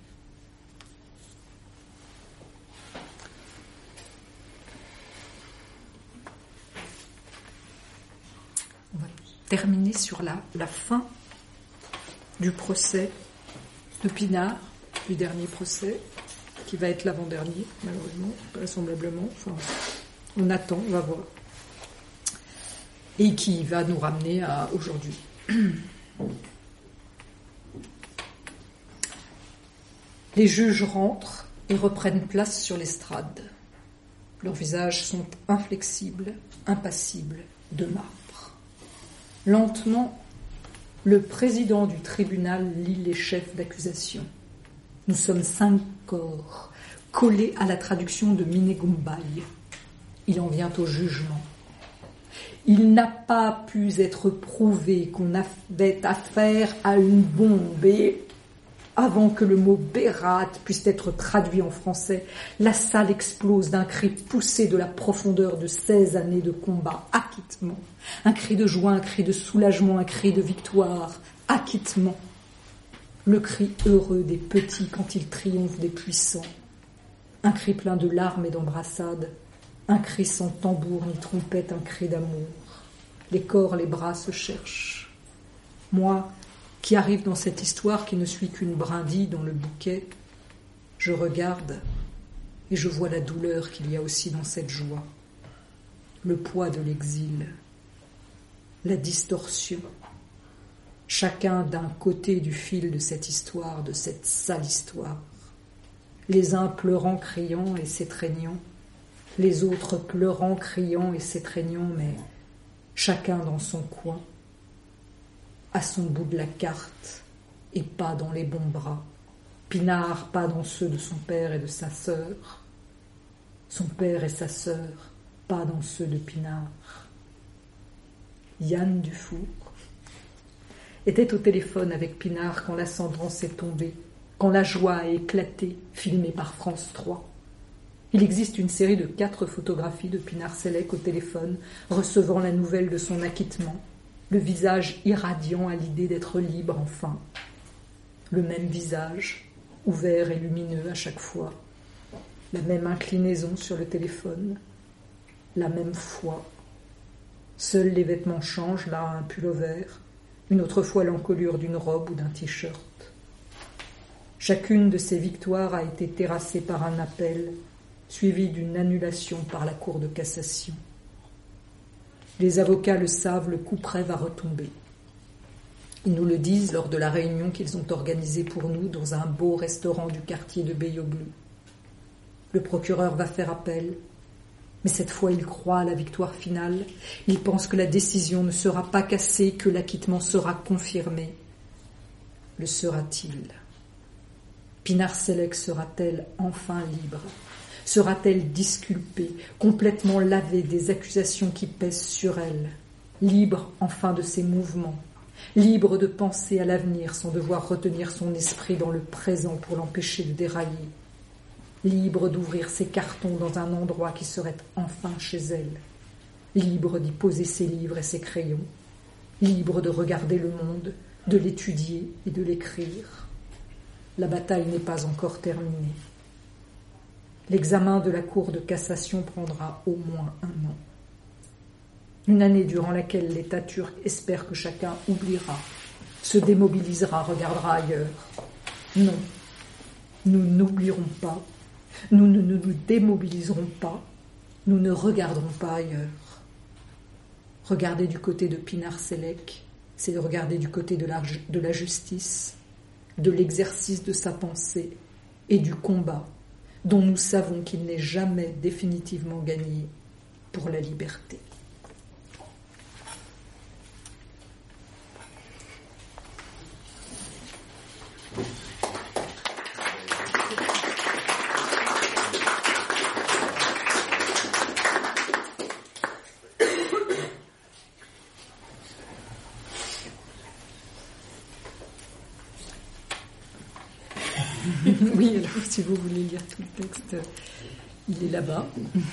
S1: On va terminer sur la fin du procès de Pinard, du dernier procès, qui va être l'avant-dernier, malheureusement, vraisemblablement. Enfin, on attend, on va voir. Et qui va nous ramener à aujourd'hui. Les juges rentrent et reprennent place sur l'estrade. Leurs visages sont inflexibles, impassibles, de marbre. Lentement, le président du tribunal lit les chefs d'accusation. Nous sommes 5 corps, collés à la traduction de Minegumbai. Il en vient au jugement. Il n'a pas pu être prouvé qu'on avait affaire à une bombe et, avant que le mot « Bérat » puisse être traduit en français, la salle explose d'un cri poussé de la profondeur de 16 années de combat. Acquittement. Un cri de joie, un cri de soulagement, un cri de victoire. Acquittement. Le cri heureux des petits quand ils triomphent des puissants. Un cri plein de larmes et d'embrassades. Un cri sans tambour ni trompette, un cri d'amour. Les corps, les bras se cherchent. Moi, qui arrive dans cette histoire qui ne suis qu'une brindille dans le bouquet, je regarde et je vois la douleur qu'il y a aussi dans cette joie. Le poids de l'exil, la distorsion. Chacun d'un côté du fil de cette histoire, de cette sale histoire. Les uns pleurant, criant et s'étreignant, les autres pleurant, criant et s'étreignant, mais chacun dans son coin, à son bout de la carte, et pas dans les bons bras. Pinard pas dans ceux de son père et de sa sœur. Son père et sa sœur pas dans ceux de Pinard. Yann Dufour était au téléphone avec Pinard quand l'ascendance est tombée, quand la joie a éclaté, filmée par France 3. Il existe une série de 4 photographies de Pinard Sellec au téléphone, recevant la nouvelle de son acquittement, le visage irradiant à l'idée d'être libre enfin. Le même visage, ouvert et lumineux à chaque fois, la même inclinaison sur le téléphone, la même foi. Seuls les vêtements changent, là un pullover, une autre fois l'encolure d'une robe ou d'un t-shirt. Chacune de ces victoires a été terrassée par un appel, suivi d'une annulation par la Cour de cassation. Les avocats le savent, le coup près va retomber. Ils nous le disent lors de la réunion qu'ils ont organisée pour nous dans un beau restaurant du quartier de Beyoğlu. Le procureur va faire appel, mais cette fois il croit à la victoire finale. Il pense que la décision ne sera pas cassée, que l'acquittement sera confirmé. Le sera-t-il ? Pinard Sellec sera-t-elle enfin libre ? Sera-t-elle disculpée, complètement lavée des accusations qui pèsent sur elle, libre enfin de ses mouvements, libre de penser à l'avenir sans devoir retenir son esprit dans le présent pour l'empêcher de dérailler, libre d'ouvrir ses cartons dans un endroit qui serait enfin chez elle, libre d'y poser ses livres et ses crayons, libre de regarder le monde, de l'étudier et de l'écrire. La bataille n'est pas encore terminée. L'examen de la Cour de cassation prendra au moins 1 an. Une année durant laquelle l'État turc espère que chacun oubliera, se démobilisera, regardera ailleurs. Non, nous n'oublierons pas, nous ne nous démobiliserons pas, nous ne regarderons pas ailleurs. Regarder du côté de Pinard Sellec, c'est regarder du côté de la justice, de l'exercice de sa pensée et du combat dont nous savons qu'il n'est jamais définitivement gagné pour la liberté. Oui, alors si vous voulez lire tout le texte, il est là-bas.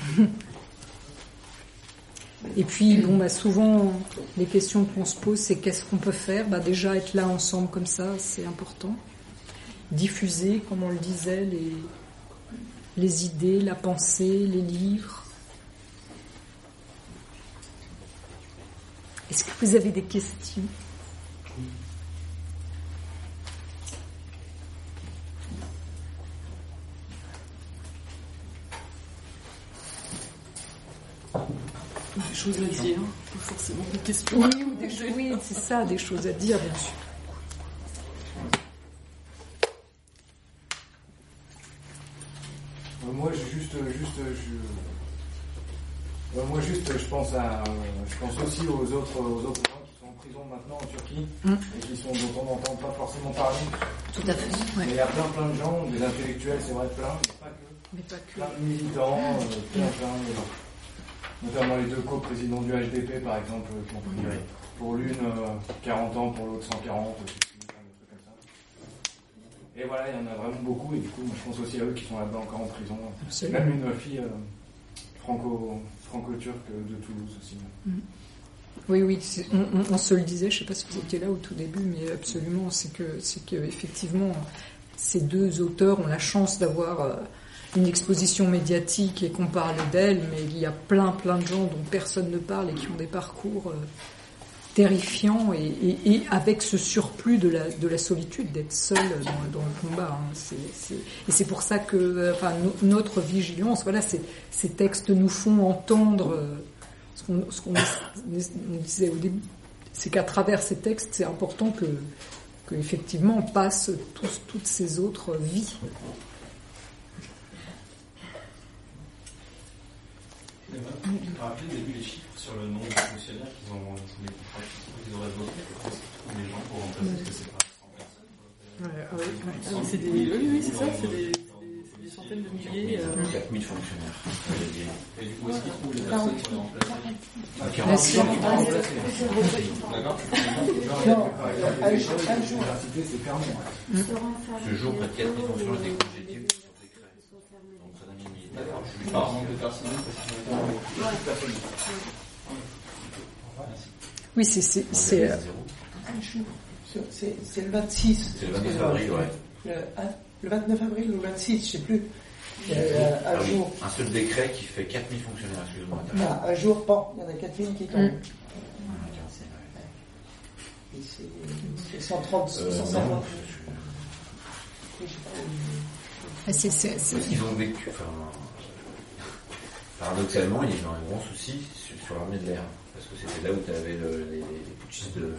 S1: Et puis, souvent, les questions qu'on se pose, c'est qu'est-ce qu'on peut faire ? Déjà, être là ensemble comme ça, c'est important. Diffuser, comme on le disait, les idées, la pensée, les livres. Est-ce que vous avez des questions ?
S4: Des choses à dire, pas forcément des questions.
S1: Oui, c'est ça, des choses à dire, bien sûr.
S3: Je pense aussi aux autres gens qui sont en prison maintenant en Turquie et dont on n'entend pas forcément parler.
S1: Tout à fait. Ouais.
S3: Mais il y a plein de gens, des intellectuels, c'est vrai, mais pas que. Plein de militants, plein de gens. Notamment les 2 co-présidents du HDP, par exemple, qui ont pris pour l'une 40 ans, pour l'autre 140, des trucs comme ça. Et voilà, il y en a vraiment beaucoup, et du coup, moi, je pense aussi à eux qui sont là-bas encore en prison. C'est même une fille franco-turque de Toulouse aussi.
S1: Oui, on se le disait, je ne sais pas si vous étiez là au tout début, mais absolument, c'est que effectivement, ces 2 auteurs ont la chance d'avoir une exposition médiatique et qu'on parle d'elles, mais il y a plein de gens dont personne ne parle et qui ont des parcours terrifiants et avec ce surplus de la solitude, d'être seul dans le combat. Et c'est pour ça que notre vigilance, ces textes nous font entendre ce qu'on disait au début, c'est qu'à travers ces textes, c'est important que effectivement on passe toutes ces autres vies.
S5: Tu me rappelles au début les chiffres sur le nombre de fonctionnaires qu'ils auraient voté. Est-ce qu'ils trouvent des gens pour remplacer? Est-ce que c'est pas 100 personnes?
S4: Oui, c'est ça, c'est des centaines de milliers.
S5: 4000 fonctionnaires. Et du coup, est-ce qu'ils trouvent les personnes pour les remplacer?
S3: 40 D'accord.
S2: Un jour.
S3: C'est Clermont.
S5: Ce jour, près de 4000 fonctionnaires ont été congédiés. Par manque de personnel,
S1: Oui, c'est
S2: le 26.
S5: C'est le 29 avril,
S2: Le 29 avril ou le 26, je ne sais plus. Un jour.
S5: Un seul décret qui fait 4000 fonctionnaires, excuse-moi.
S2: Un jour, il y en a 4000 qui tombent. C'est 130, 150.
S5: Ils ont vécu, paradoxalement, il y a eu un grand souci sur l'armée de l'air, parce que c'était là où tu avais les putschistes de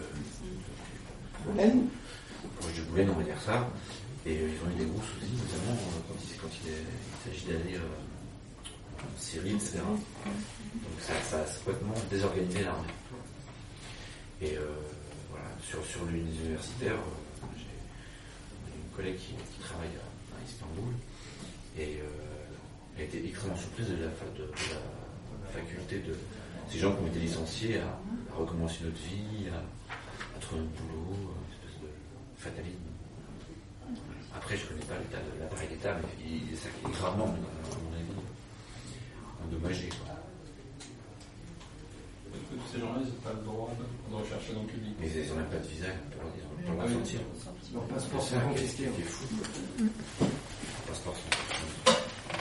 S5: du Goulen, on va dire ça, et ils ont eu des gros soucis, notamment quand il s'agit d'aller en Syrie, etc. Donc ça a complètement désorganisé l'armée. Et voilà, sur l'universitaire, j'ai une collègue qui travaille à Istanbul, et elle était extrêmement surprise de la faculté de ces gens qui ont été licenciés à recommencer notre vie, à trouver un boulot, une espèce de fatalisme. Après, je ne connais pas l'appareil d'État, mais ça qui est gravement, à mon avis, endommagé. Est-ce que tous ces gens-là, ils n'ont pas le droit de rechercher dans le public?
S3: Mais ils n'ont même pas de visa, ils ont pas le droit de sortir. Leur passeport, c'est confisqué. C'est fou. Leur passeport, c'est confisqué.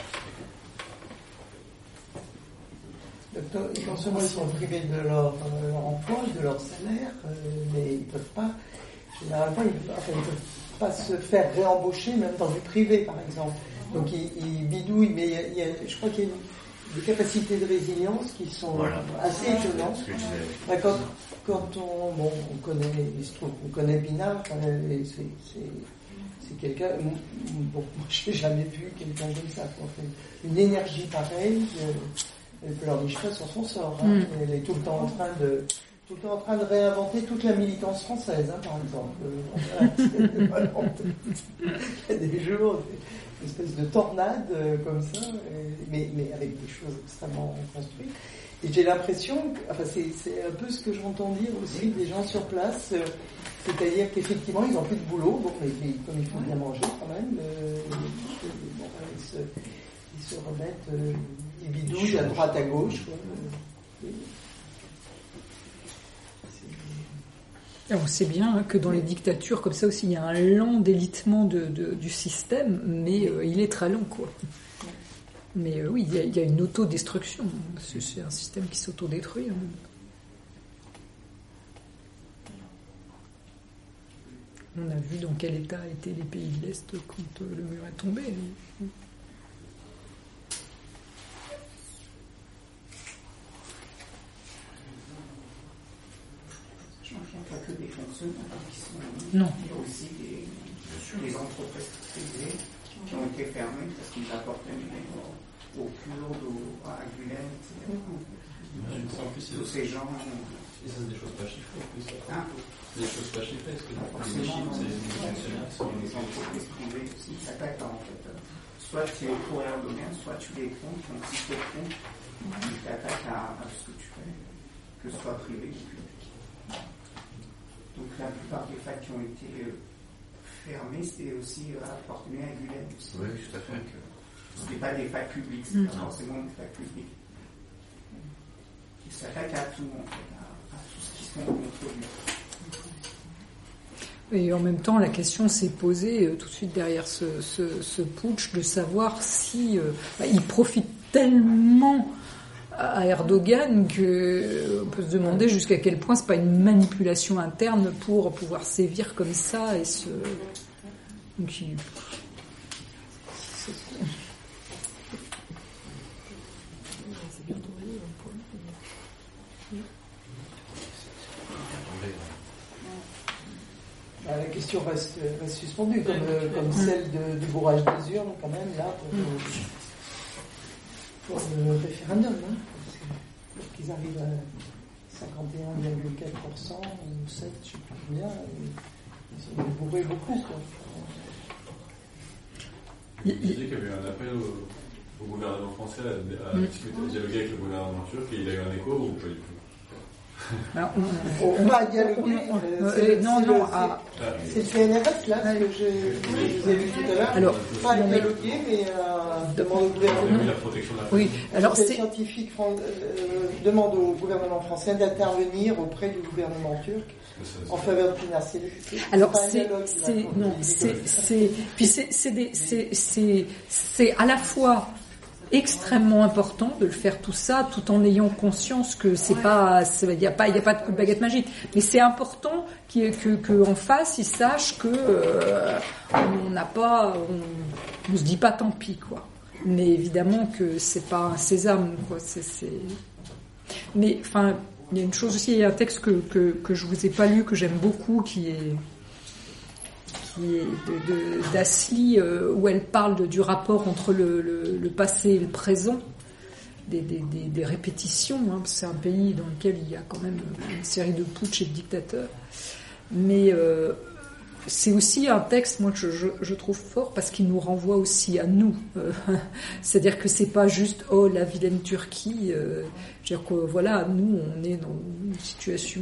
S2: Non seulement ils sont privés de leur emploi, de leur salaire, mais ils ne peuvent pas, généralement, ils ne peuvent pas se faire réembaucher, même dans du privé, par exemple. Donc ils bidouillent, mais je crois qu'il y a des capacités de résilience qui sont assez étonnantes. Quand on connaît, il se trouve, on connaît Pinard, c'est quelqu'un, moi je n'ai jamais vu quelqu'un comme ça, quoi. Une énergie pareille. Elle pleurniche pas sur son sort. Elle est tout le temps en train de réinventer toute la militance française, par exemple. Il y a des jours, une espèce de tornade comme ça, mais avec des choses extrêmement construites. Et j'ai l'impression, c'est un peu ce que j'entends dire aussi des gens sur place, c'est-à-dire qu'effectivement ils n'ont plus de boulot, bon, mais comme il faut bien manger quand même, ils se remettent, ils bidouillent à droite à gauche.
S1: On sait bien que dans les dictatures comme ça aussi, il y a un lent délitement du système, mais il est très lent, quoi. Mais oui, il y a une autodestruction. C'est un système qui s'autodétruit. On a vu dans quel état étaient les pays de l'Est quand le mur est tombé.
S6: Je pense qu'il n'y a pas que des fonctionnaires qui sont...
S1: Non.
S6: Il y a aussi des entreprises privées qui ont été fermées parce qu'ils appartenaient aux Kurdes, à Gulen, etc. Tous ces gens...
S7: Et ça, c'est des choses pas chiffrées, en plus.
S6: Hein?
S7: Des choses pas chiffrées, parce que
S6: les chiffres, c'est des fonctionnaires. Les entreprises privées aussi s'attaquent en fait. Soit tu es pour Erdogan, soit tu les comptes, donc si tu es contre, tu t'attaques à ce que tu fais, que ce soit privé ou public. Donc la plupart des facs qui ont été fermés, c'était aussi appartenaient à Gulen aussi.
S5: Oui, tout à fait.
S6: Ce n'est pas des facs publics, c'est pas forcément des facs publics. Ils s'attaquent à tout, en fait, à tout ce qui se contre lui.
S1: Et en même temps, la question s'est posée tout de suite derrière ce putsch de savoir si il profite tellement à Erdogan qu'on peut se demander jusqu'à quel point c'est pas une manipulation interne pour pouvoir sévir comme ça et se... Donc,
S2: La question reste suspendue, comme celle du bourrage des urnes, quand même, là, pour le référendum. Hein, parce qu'ils arrivent à 51,4%, ou 7, je ne sais plus combien, ils ont bourré beaucoup, quoi.
S7: Il disait qu'il y avait eu un appel au gouvernement français à discuter, à dialoguer avec le gouvernement turc, et il a eu un écho ou pas du tout?
S2: Alors, on va dialoguer. C'est le CNRS là, ce que je vous ai vu tout à l'heure.
S1: Alors,
S2: pas dialoguer, mais demande au gouvernement.
S7: La protection de la
S1: oui, alors
S2: les scientifiques demandent au gouvernement français d'intervenir auprès du gouvernement turc en faveur de Pinar Selik.
S1: Alors c'est à la fois extrêmement important de le faire tout ça, tout en ayant conscience que il y a pas de coup de baguette magique, mais c'est important que en face ils sachent que on se dit pas tant pis, quoi. Mais évidemment que c'est pas un sésame, quoi. Mais enfin, il y a une chose aussi, il y a un texte que je vous ai pas lu, que j'aime beaucoup, qui est d'Asli, où elle parle du rapport entre le passé et le présent, des répétitions, hein, parce que c'est un pays dans lequel il y a quand même une série de putsch et de dictateurs. Mais c'est aussi un texte, moi, que je trouve fort, parce qu'il nous renvoie aussi à nous. C'est-à-dire que c'est pas juste « Oh, la vilaine Turquie ». C'est-à-dire que, voilà, nous, on est dans une situation...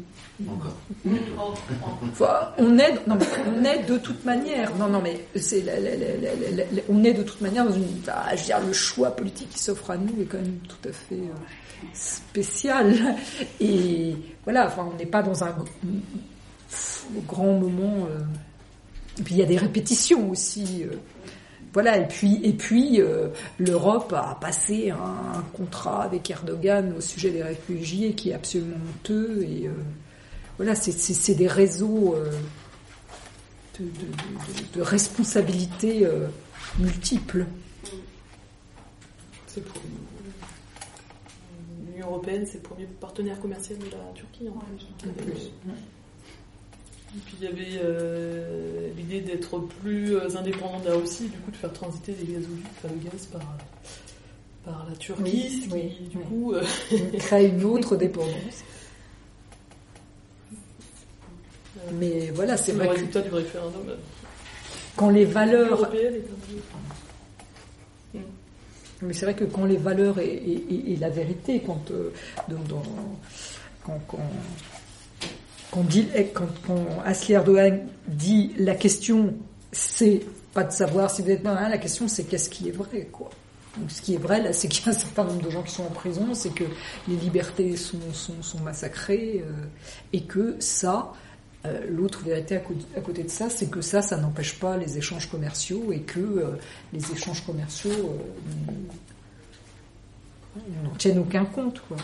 S1: on est de toute manière. On est de toute manière dans une... je veux dire, le choix politique qui s'offre à nous est quand même tout à fait spécial. Et voilà, enfin, on n'est pas dans un grand moment. Et puis il y a des répétitions aussi. Voilà, et puis l'Europe a passé un contrat avec Erdogan au sujet des réfugiés qui est absolument honteux, et voilà, c'est des réseaux de responsabilités multiples.
S4: C'est pour l'Union européenne, c'est le premier partenaire commercial de la Turquie en plus. Et puis il y avait l'idée d'être plus indépendant de la Russie, du coup de faire transiter les gazoducs, le gaz par la Turquie, qui du coup
S1: crée une autre dépendance. Mais voilà, c'est vrai.
S4: Le résultat du référendum
S1: quand les valeurs... Mais c'est vrai que quand les valeurs et la vérité, quand Asli Erdogan dit la question, c'est pas de savoir si vous êtes bien, la question c'est qu'est-ce qui est vrai, quoi. Donc ce qui est vrai là, c'est qu'il y a un certain nombre de gens qui sont en prison, c'est que les libertés sont massacrées, et que ça, l'autre vérité à côté de ça, c'est que ça n'empêche pas les échanges commerciaux, et que les échanges commerciaux n'en tiennent aucun compte, quoi.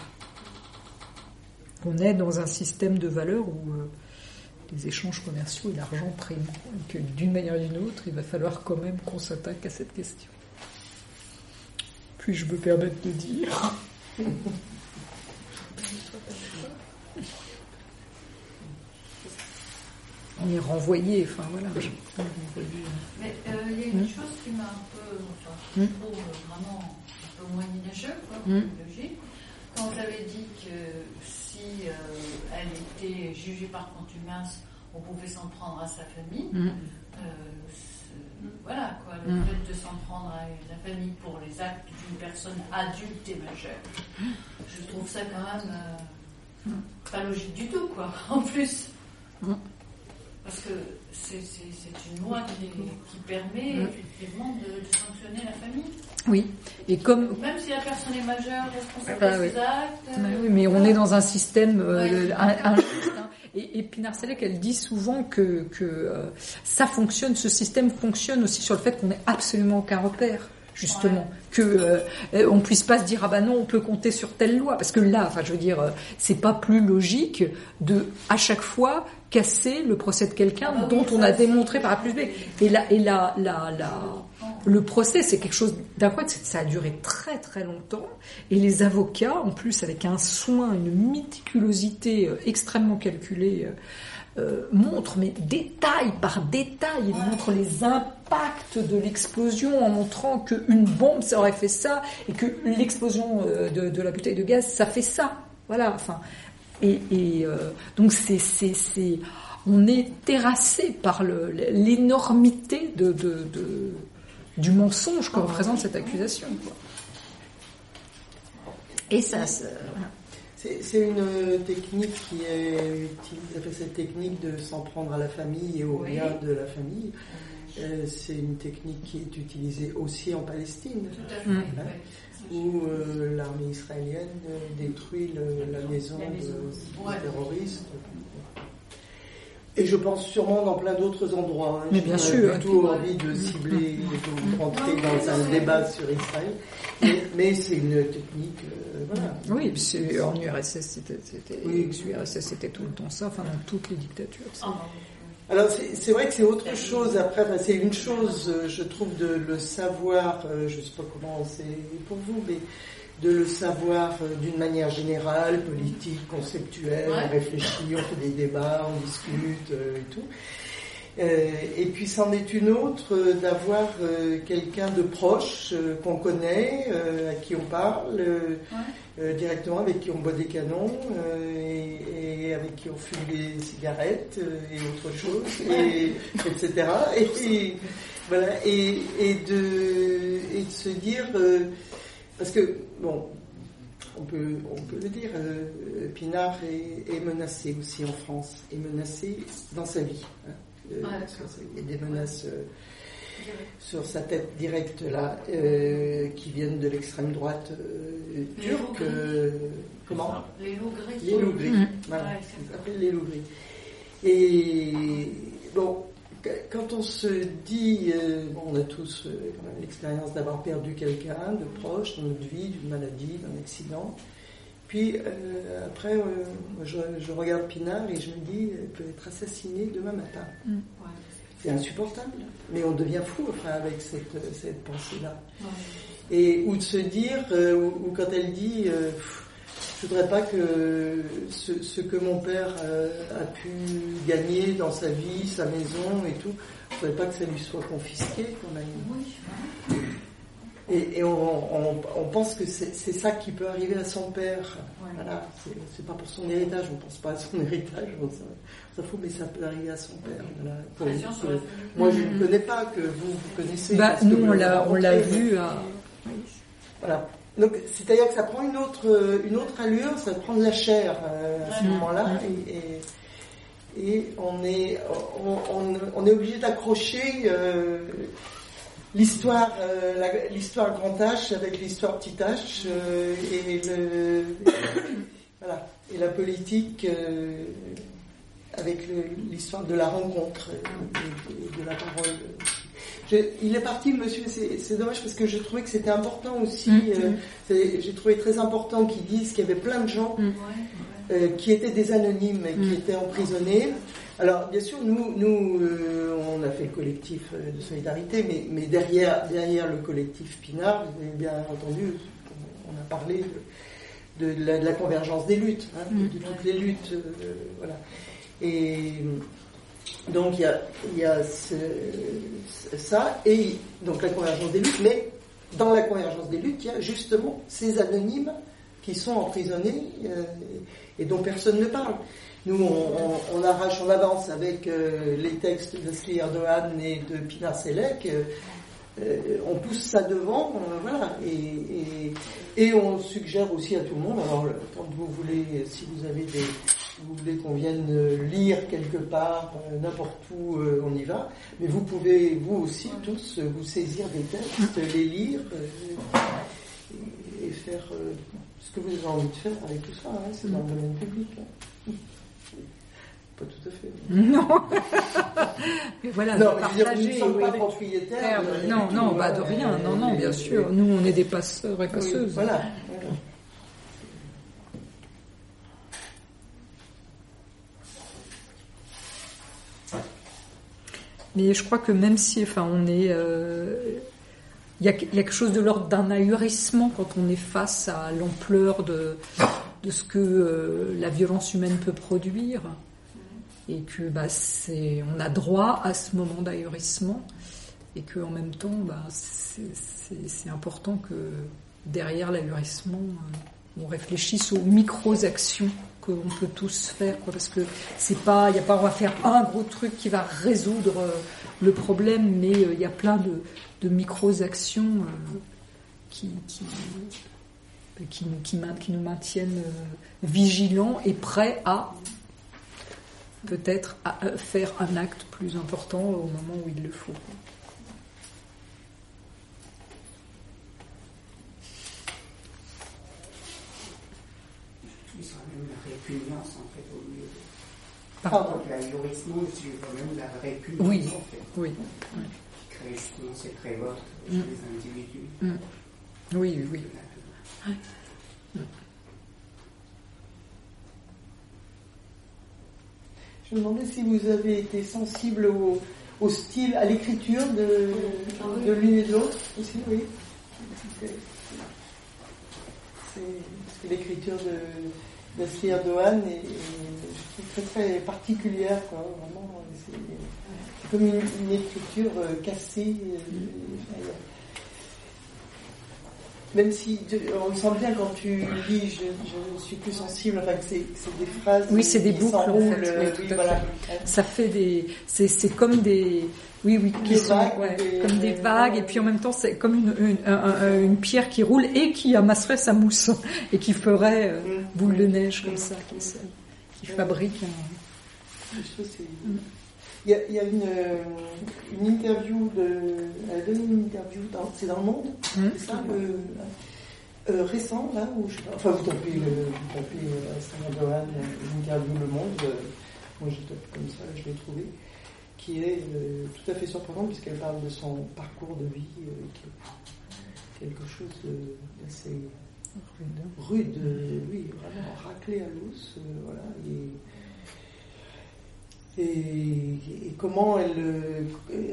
S1: On est dans un système de valeurs où les échanges commerciaux et l'argent priment, et que d'une manière ou d'une autre, il va falloir quand même qu'on s'attaque à cette question. Puis-je me permettre de dire on est renvoyé, enfin voilà.
S8: Mais il y a une chose qui m'a un peu, je trouve vraiment un peu moyenâgeux, logique. Quand vous avez dit que si elle était jugée par contumace, on pouvait s'en prendre à sa famille. Voilà, quoi, le fait de s'en prendre à la famille pour les actes d'une personne adulte et majeure, je trouve ça quand même pas logique du tout, quoi, en plus. Parce que c'est une loi qui permet effectivement de sanctionner la famille.
S1: Oui, et comme...
S8: Même si la personne est majeure, responsable de ses actes...
S1: Oui, mais on est dans un système injuste, Et Pinar Selek, elle dit souvent que ça fonctionne, ce système fonctionne aussi sur le fait qu'on n'ait absolument aucun repère, justement. Que on puisse pas se dire ah ben non, on peut compter sur telle loi, parce que là, enfin je veux dire, c'est pas plus logique de à chaque fois casser le procès de quelqu'un dont on a démontré par A plus B. Et là, le procès, c'est quelque chose d'incroyable, ça a duré très très longtemps, et les avocats, en plus avec un soin, une méticulosité extrêmement calculée, montrent, mais détail par détail, ils montrent les impacts de l'explosion en montrant qu'une bombe ça aurait fait ça, et que l'explosion de la bouteille de gaz ça fait ça. Voilà, enfin, donc on est terrassé par l'énormité du mensonge que représente cette accusation, quoi. Et ça
S2: c'est une technique qui est utilisée, cette technique de s'en prendre à la famille et au bien de la famille. C'est une technique qui est utilisée aussi en Palestine, où l'armée israélienne détruit la maison de terroristes. Et je pense sûrement dans plein d'autres endroits.
S1: Mais bien sûr.
S2: J'ai plutôt envie de cibler, de rentrer dans un débat sur Israël. Mais c'est une technique, voilà.
S1: Oui, en URSS, c'était tout le temps ça, enfin dans toutes les dictatures.
S2: Alors c'est vrai que c'est autre chose. Après, enfin, c'est une chose, je trouve, de le savoir. Je ne sais pas comment c'est pour vous, mais de le savoir d'une manière générale, politique, conceptuelle, on réfléchit, on fait des débats, on discute et tout. Et puis c'en est une autre d'avoir quelqu'un de proche qu'on connaît, à qui on parle directement, avec qui on boit des canons et avec qui on fume des cigarettes et autre chose, etc. Et puis, voilà, et de se dire... parce que, bon, on peut le dire, Pinar est menacé aussi en France, est menacé dans sa vie. Il y a des menaces sur sa tête directe, là, qui viennent de l'extrême droite turque. Comment ?
S8: Les loups gris.
S2: Les loups gris, voilà, ça s'appelle les loups gris. Et, bon... Quand on se dit, on a tous quand même l'expérience d'avoir perdu quelqu'un de proche dans notre vie, d'une maladie, d'un accident. Puis après, je regarde Pinar et je me dis, elle peut être assassinée demain matin. C'est insupportable, mais on devient fou avec cette pensée-là. Et ou de se dire, ou quand elle dit, je voudrais pas que ce que mon père a pu gagner dans sa vie, sa maison et tout, je voudrais pas que ça lui soit confisqué quand même. Et on pense que c'est ça qui peut arriver à son père. Ouais. Voilà, c'est pas pour son héritage, on pense pas à son héritage, ça fout, mais ça peut arriver à son père. Voilà. Moi, je ne connais pas, que vous connaissez.
S1: Nous, on l'a vu.
S2: Voilà. Donc, c'est-à-dire que ça prend une autre allure, ça prend de la chair à ce moment-là, et on est obligé d'accrocher l'histoire grand H avec l'histoire petit h, et la politique avec l'histoire de la rencontre et de la parole. Il est parti, le monsieur, c'est dommage parce que je trouvais que c'était important aussi. J'ai trouvé très important qu'ils disent qu'il y avait plein de gens qui étaient des anonymes et qui étaient emprisonnés. Alors, bien sûr, nous on a fait le collectif de solidarité, mais derrière le collectif Pinard, vous avez bien entendu, on a parlé de la convergence des luttes, de toutes les luttes, voilà. Et donc, il y a ça, et donc la convergence des luttes, mais dans la convergence des luttes, il y a justement ces anonymes qui sont emprisonnés et dont personne ne parle. Nous, on avance avec les textes de Lascli Erdogan et de Pinar Selek, on pousse ça devant, voilà, et on suggère aussi à tout le monde, alors quand vous voulez, si vous voulez qu'on vienne lire quelque part, n'importe où, on y va, mais vous pouvez, vous aussi, tous, vous saisir des textes, les lire, et faire ce que vous avez envie de faire avec tout ça, c'est dans le domaine public. Pas tout à fait.
S1: Non. Mais voilà,
S2: non, partager, nous ne sommes pas propriétaires.
S1: Non, de rien. Non, bien sûr. Nous, on est des passeurs et passeuses.
S2: Oui, voilà.
S1: Mais je crois que même si, on est, il y a quelque chose de l'ordre d'un ahurissement quand on est face à l'ampleur de ce que la violence humaine peut produire. Et que on a droit à ce moment d'ahurissement, et que en même temps, c'est important que derrière l'ahurissement, on réfléchisse aux micro-actions que l'on peut tous faire, parce que il y a pas, on va faire un gros truc qui va résoudre le problème, mais il y a plein de micro-actions qui nous maintiennent vigilants et prêts à peut-être à faire un acte plus important au moment où il le faut.
S6: Il sera même la répugnance en fait au lieu de...
S1: Pardon.
S6: Donc l'ahurissement, c'est même la répugnance
S1: oui.
S6: en fait.
S1: Oui.
S6: Qui crée justement cette révolte chez les individus.
S1: Oui.
S2: Je me demandais si vous avez été sensible au style, à l'écriture de l'une et de l'autre aussi, oui. Parce que l'écriture de Lascli Erdogan est, je trouve, très très particulière, quoi. Vraiment, c'est comme une écriture cassée. Même si on sent bien quand tu lis, je suis plus sensible, enfin que c'est des phrases.
S1: Oui, c'est des boucles en fait. Oui, voilà. Ça fait c'est comme des, qui sont comme des vagues, et puis en même temps c'est comme une pierre qui roule et qui amasserait sa mousse et qui ferait boule de neige comme ça, qui fabrique un.
S2: Je trouve il y a une interview elle a donné une interview c'est dans Le Monde, c'est ça, récent là où vous tapez Erdogan, une interview Le Monde, moi je tape comme ça, je l'ai trouvé, qui est tout à fait surprenante puisqu'elle parle de son parcours de vie, qui est quelque chose d'assez rude, oui, vraiment raclé à l'os, voilà, et comment elle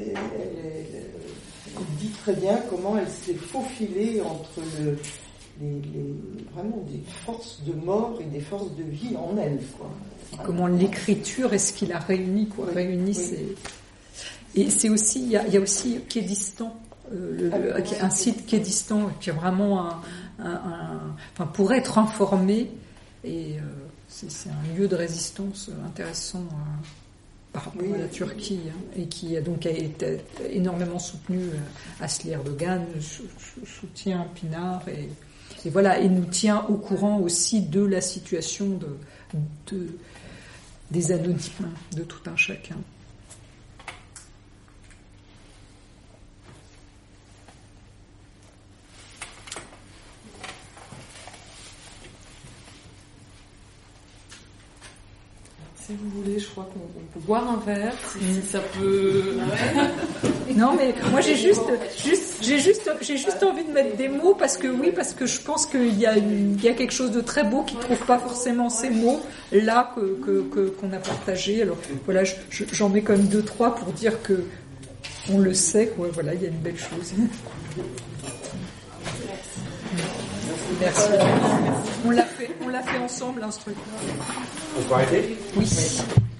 S2: dit très bien comment elle s'est faufilée entre vraiment des forces de mort et des forces de vie en elle, quoi.
S1: Comment l'écriture est ce qui la réunit, quoi. Et c'est aussi, il y a aussi qui est distant un site qui est distant, qui est vraiment pour être informé, et c'est un lieu de résistance intéressant par rapport à la Turquie, et qui a été énormément soutenu Asli Erdogan, soutient Pinar, et voilà, et nous tient au courant aussi de la situation des anonymes, de tout un chacun.
S4: Si vous voulez, je crois qu'on peut boire un verre, si ça peut...
S1: Non, mais moi j'ai juste envie de mettre des mots parce que je pense qu'il y a quelque chose de très beau qui ne trouve pas forcément ces mots là qu'on a partagé. Alors voilà, j'en mets quand même 2-3 pour dire que on le sait, quoi. Voilà, il y a une belle chose. Merci. On l'a fait ensemble, l'instructeur.
S5: On peut arrêter ?
S1: Oui.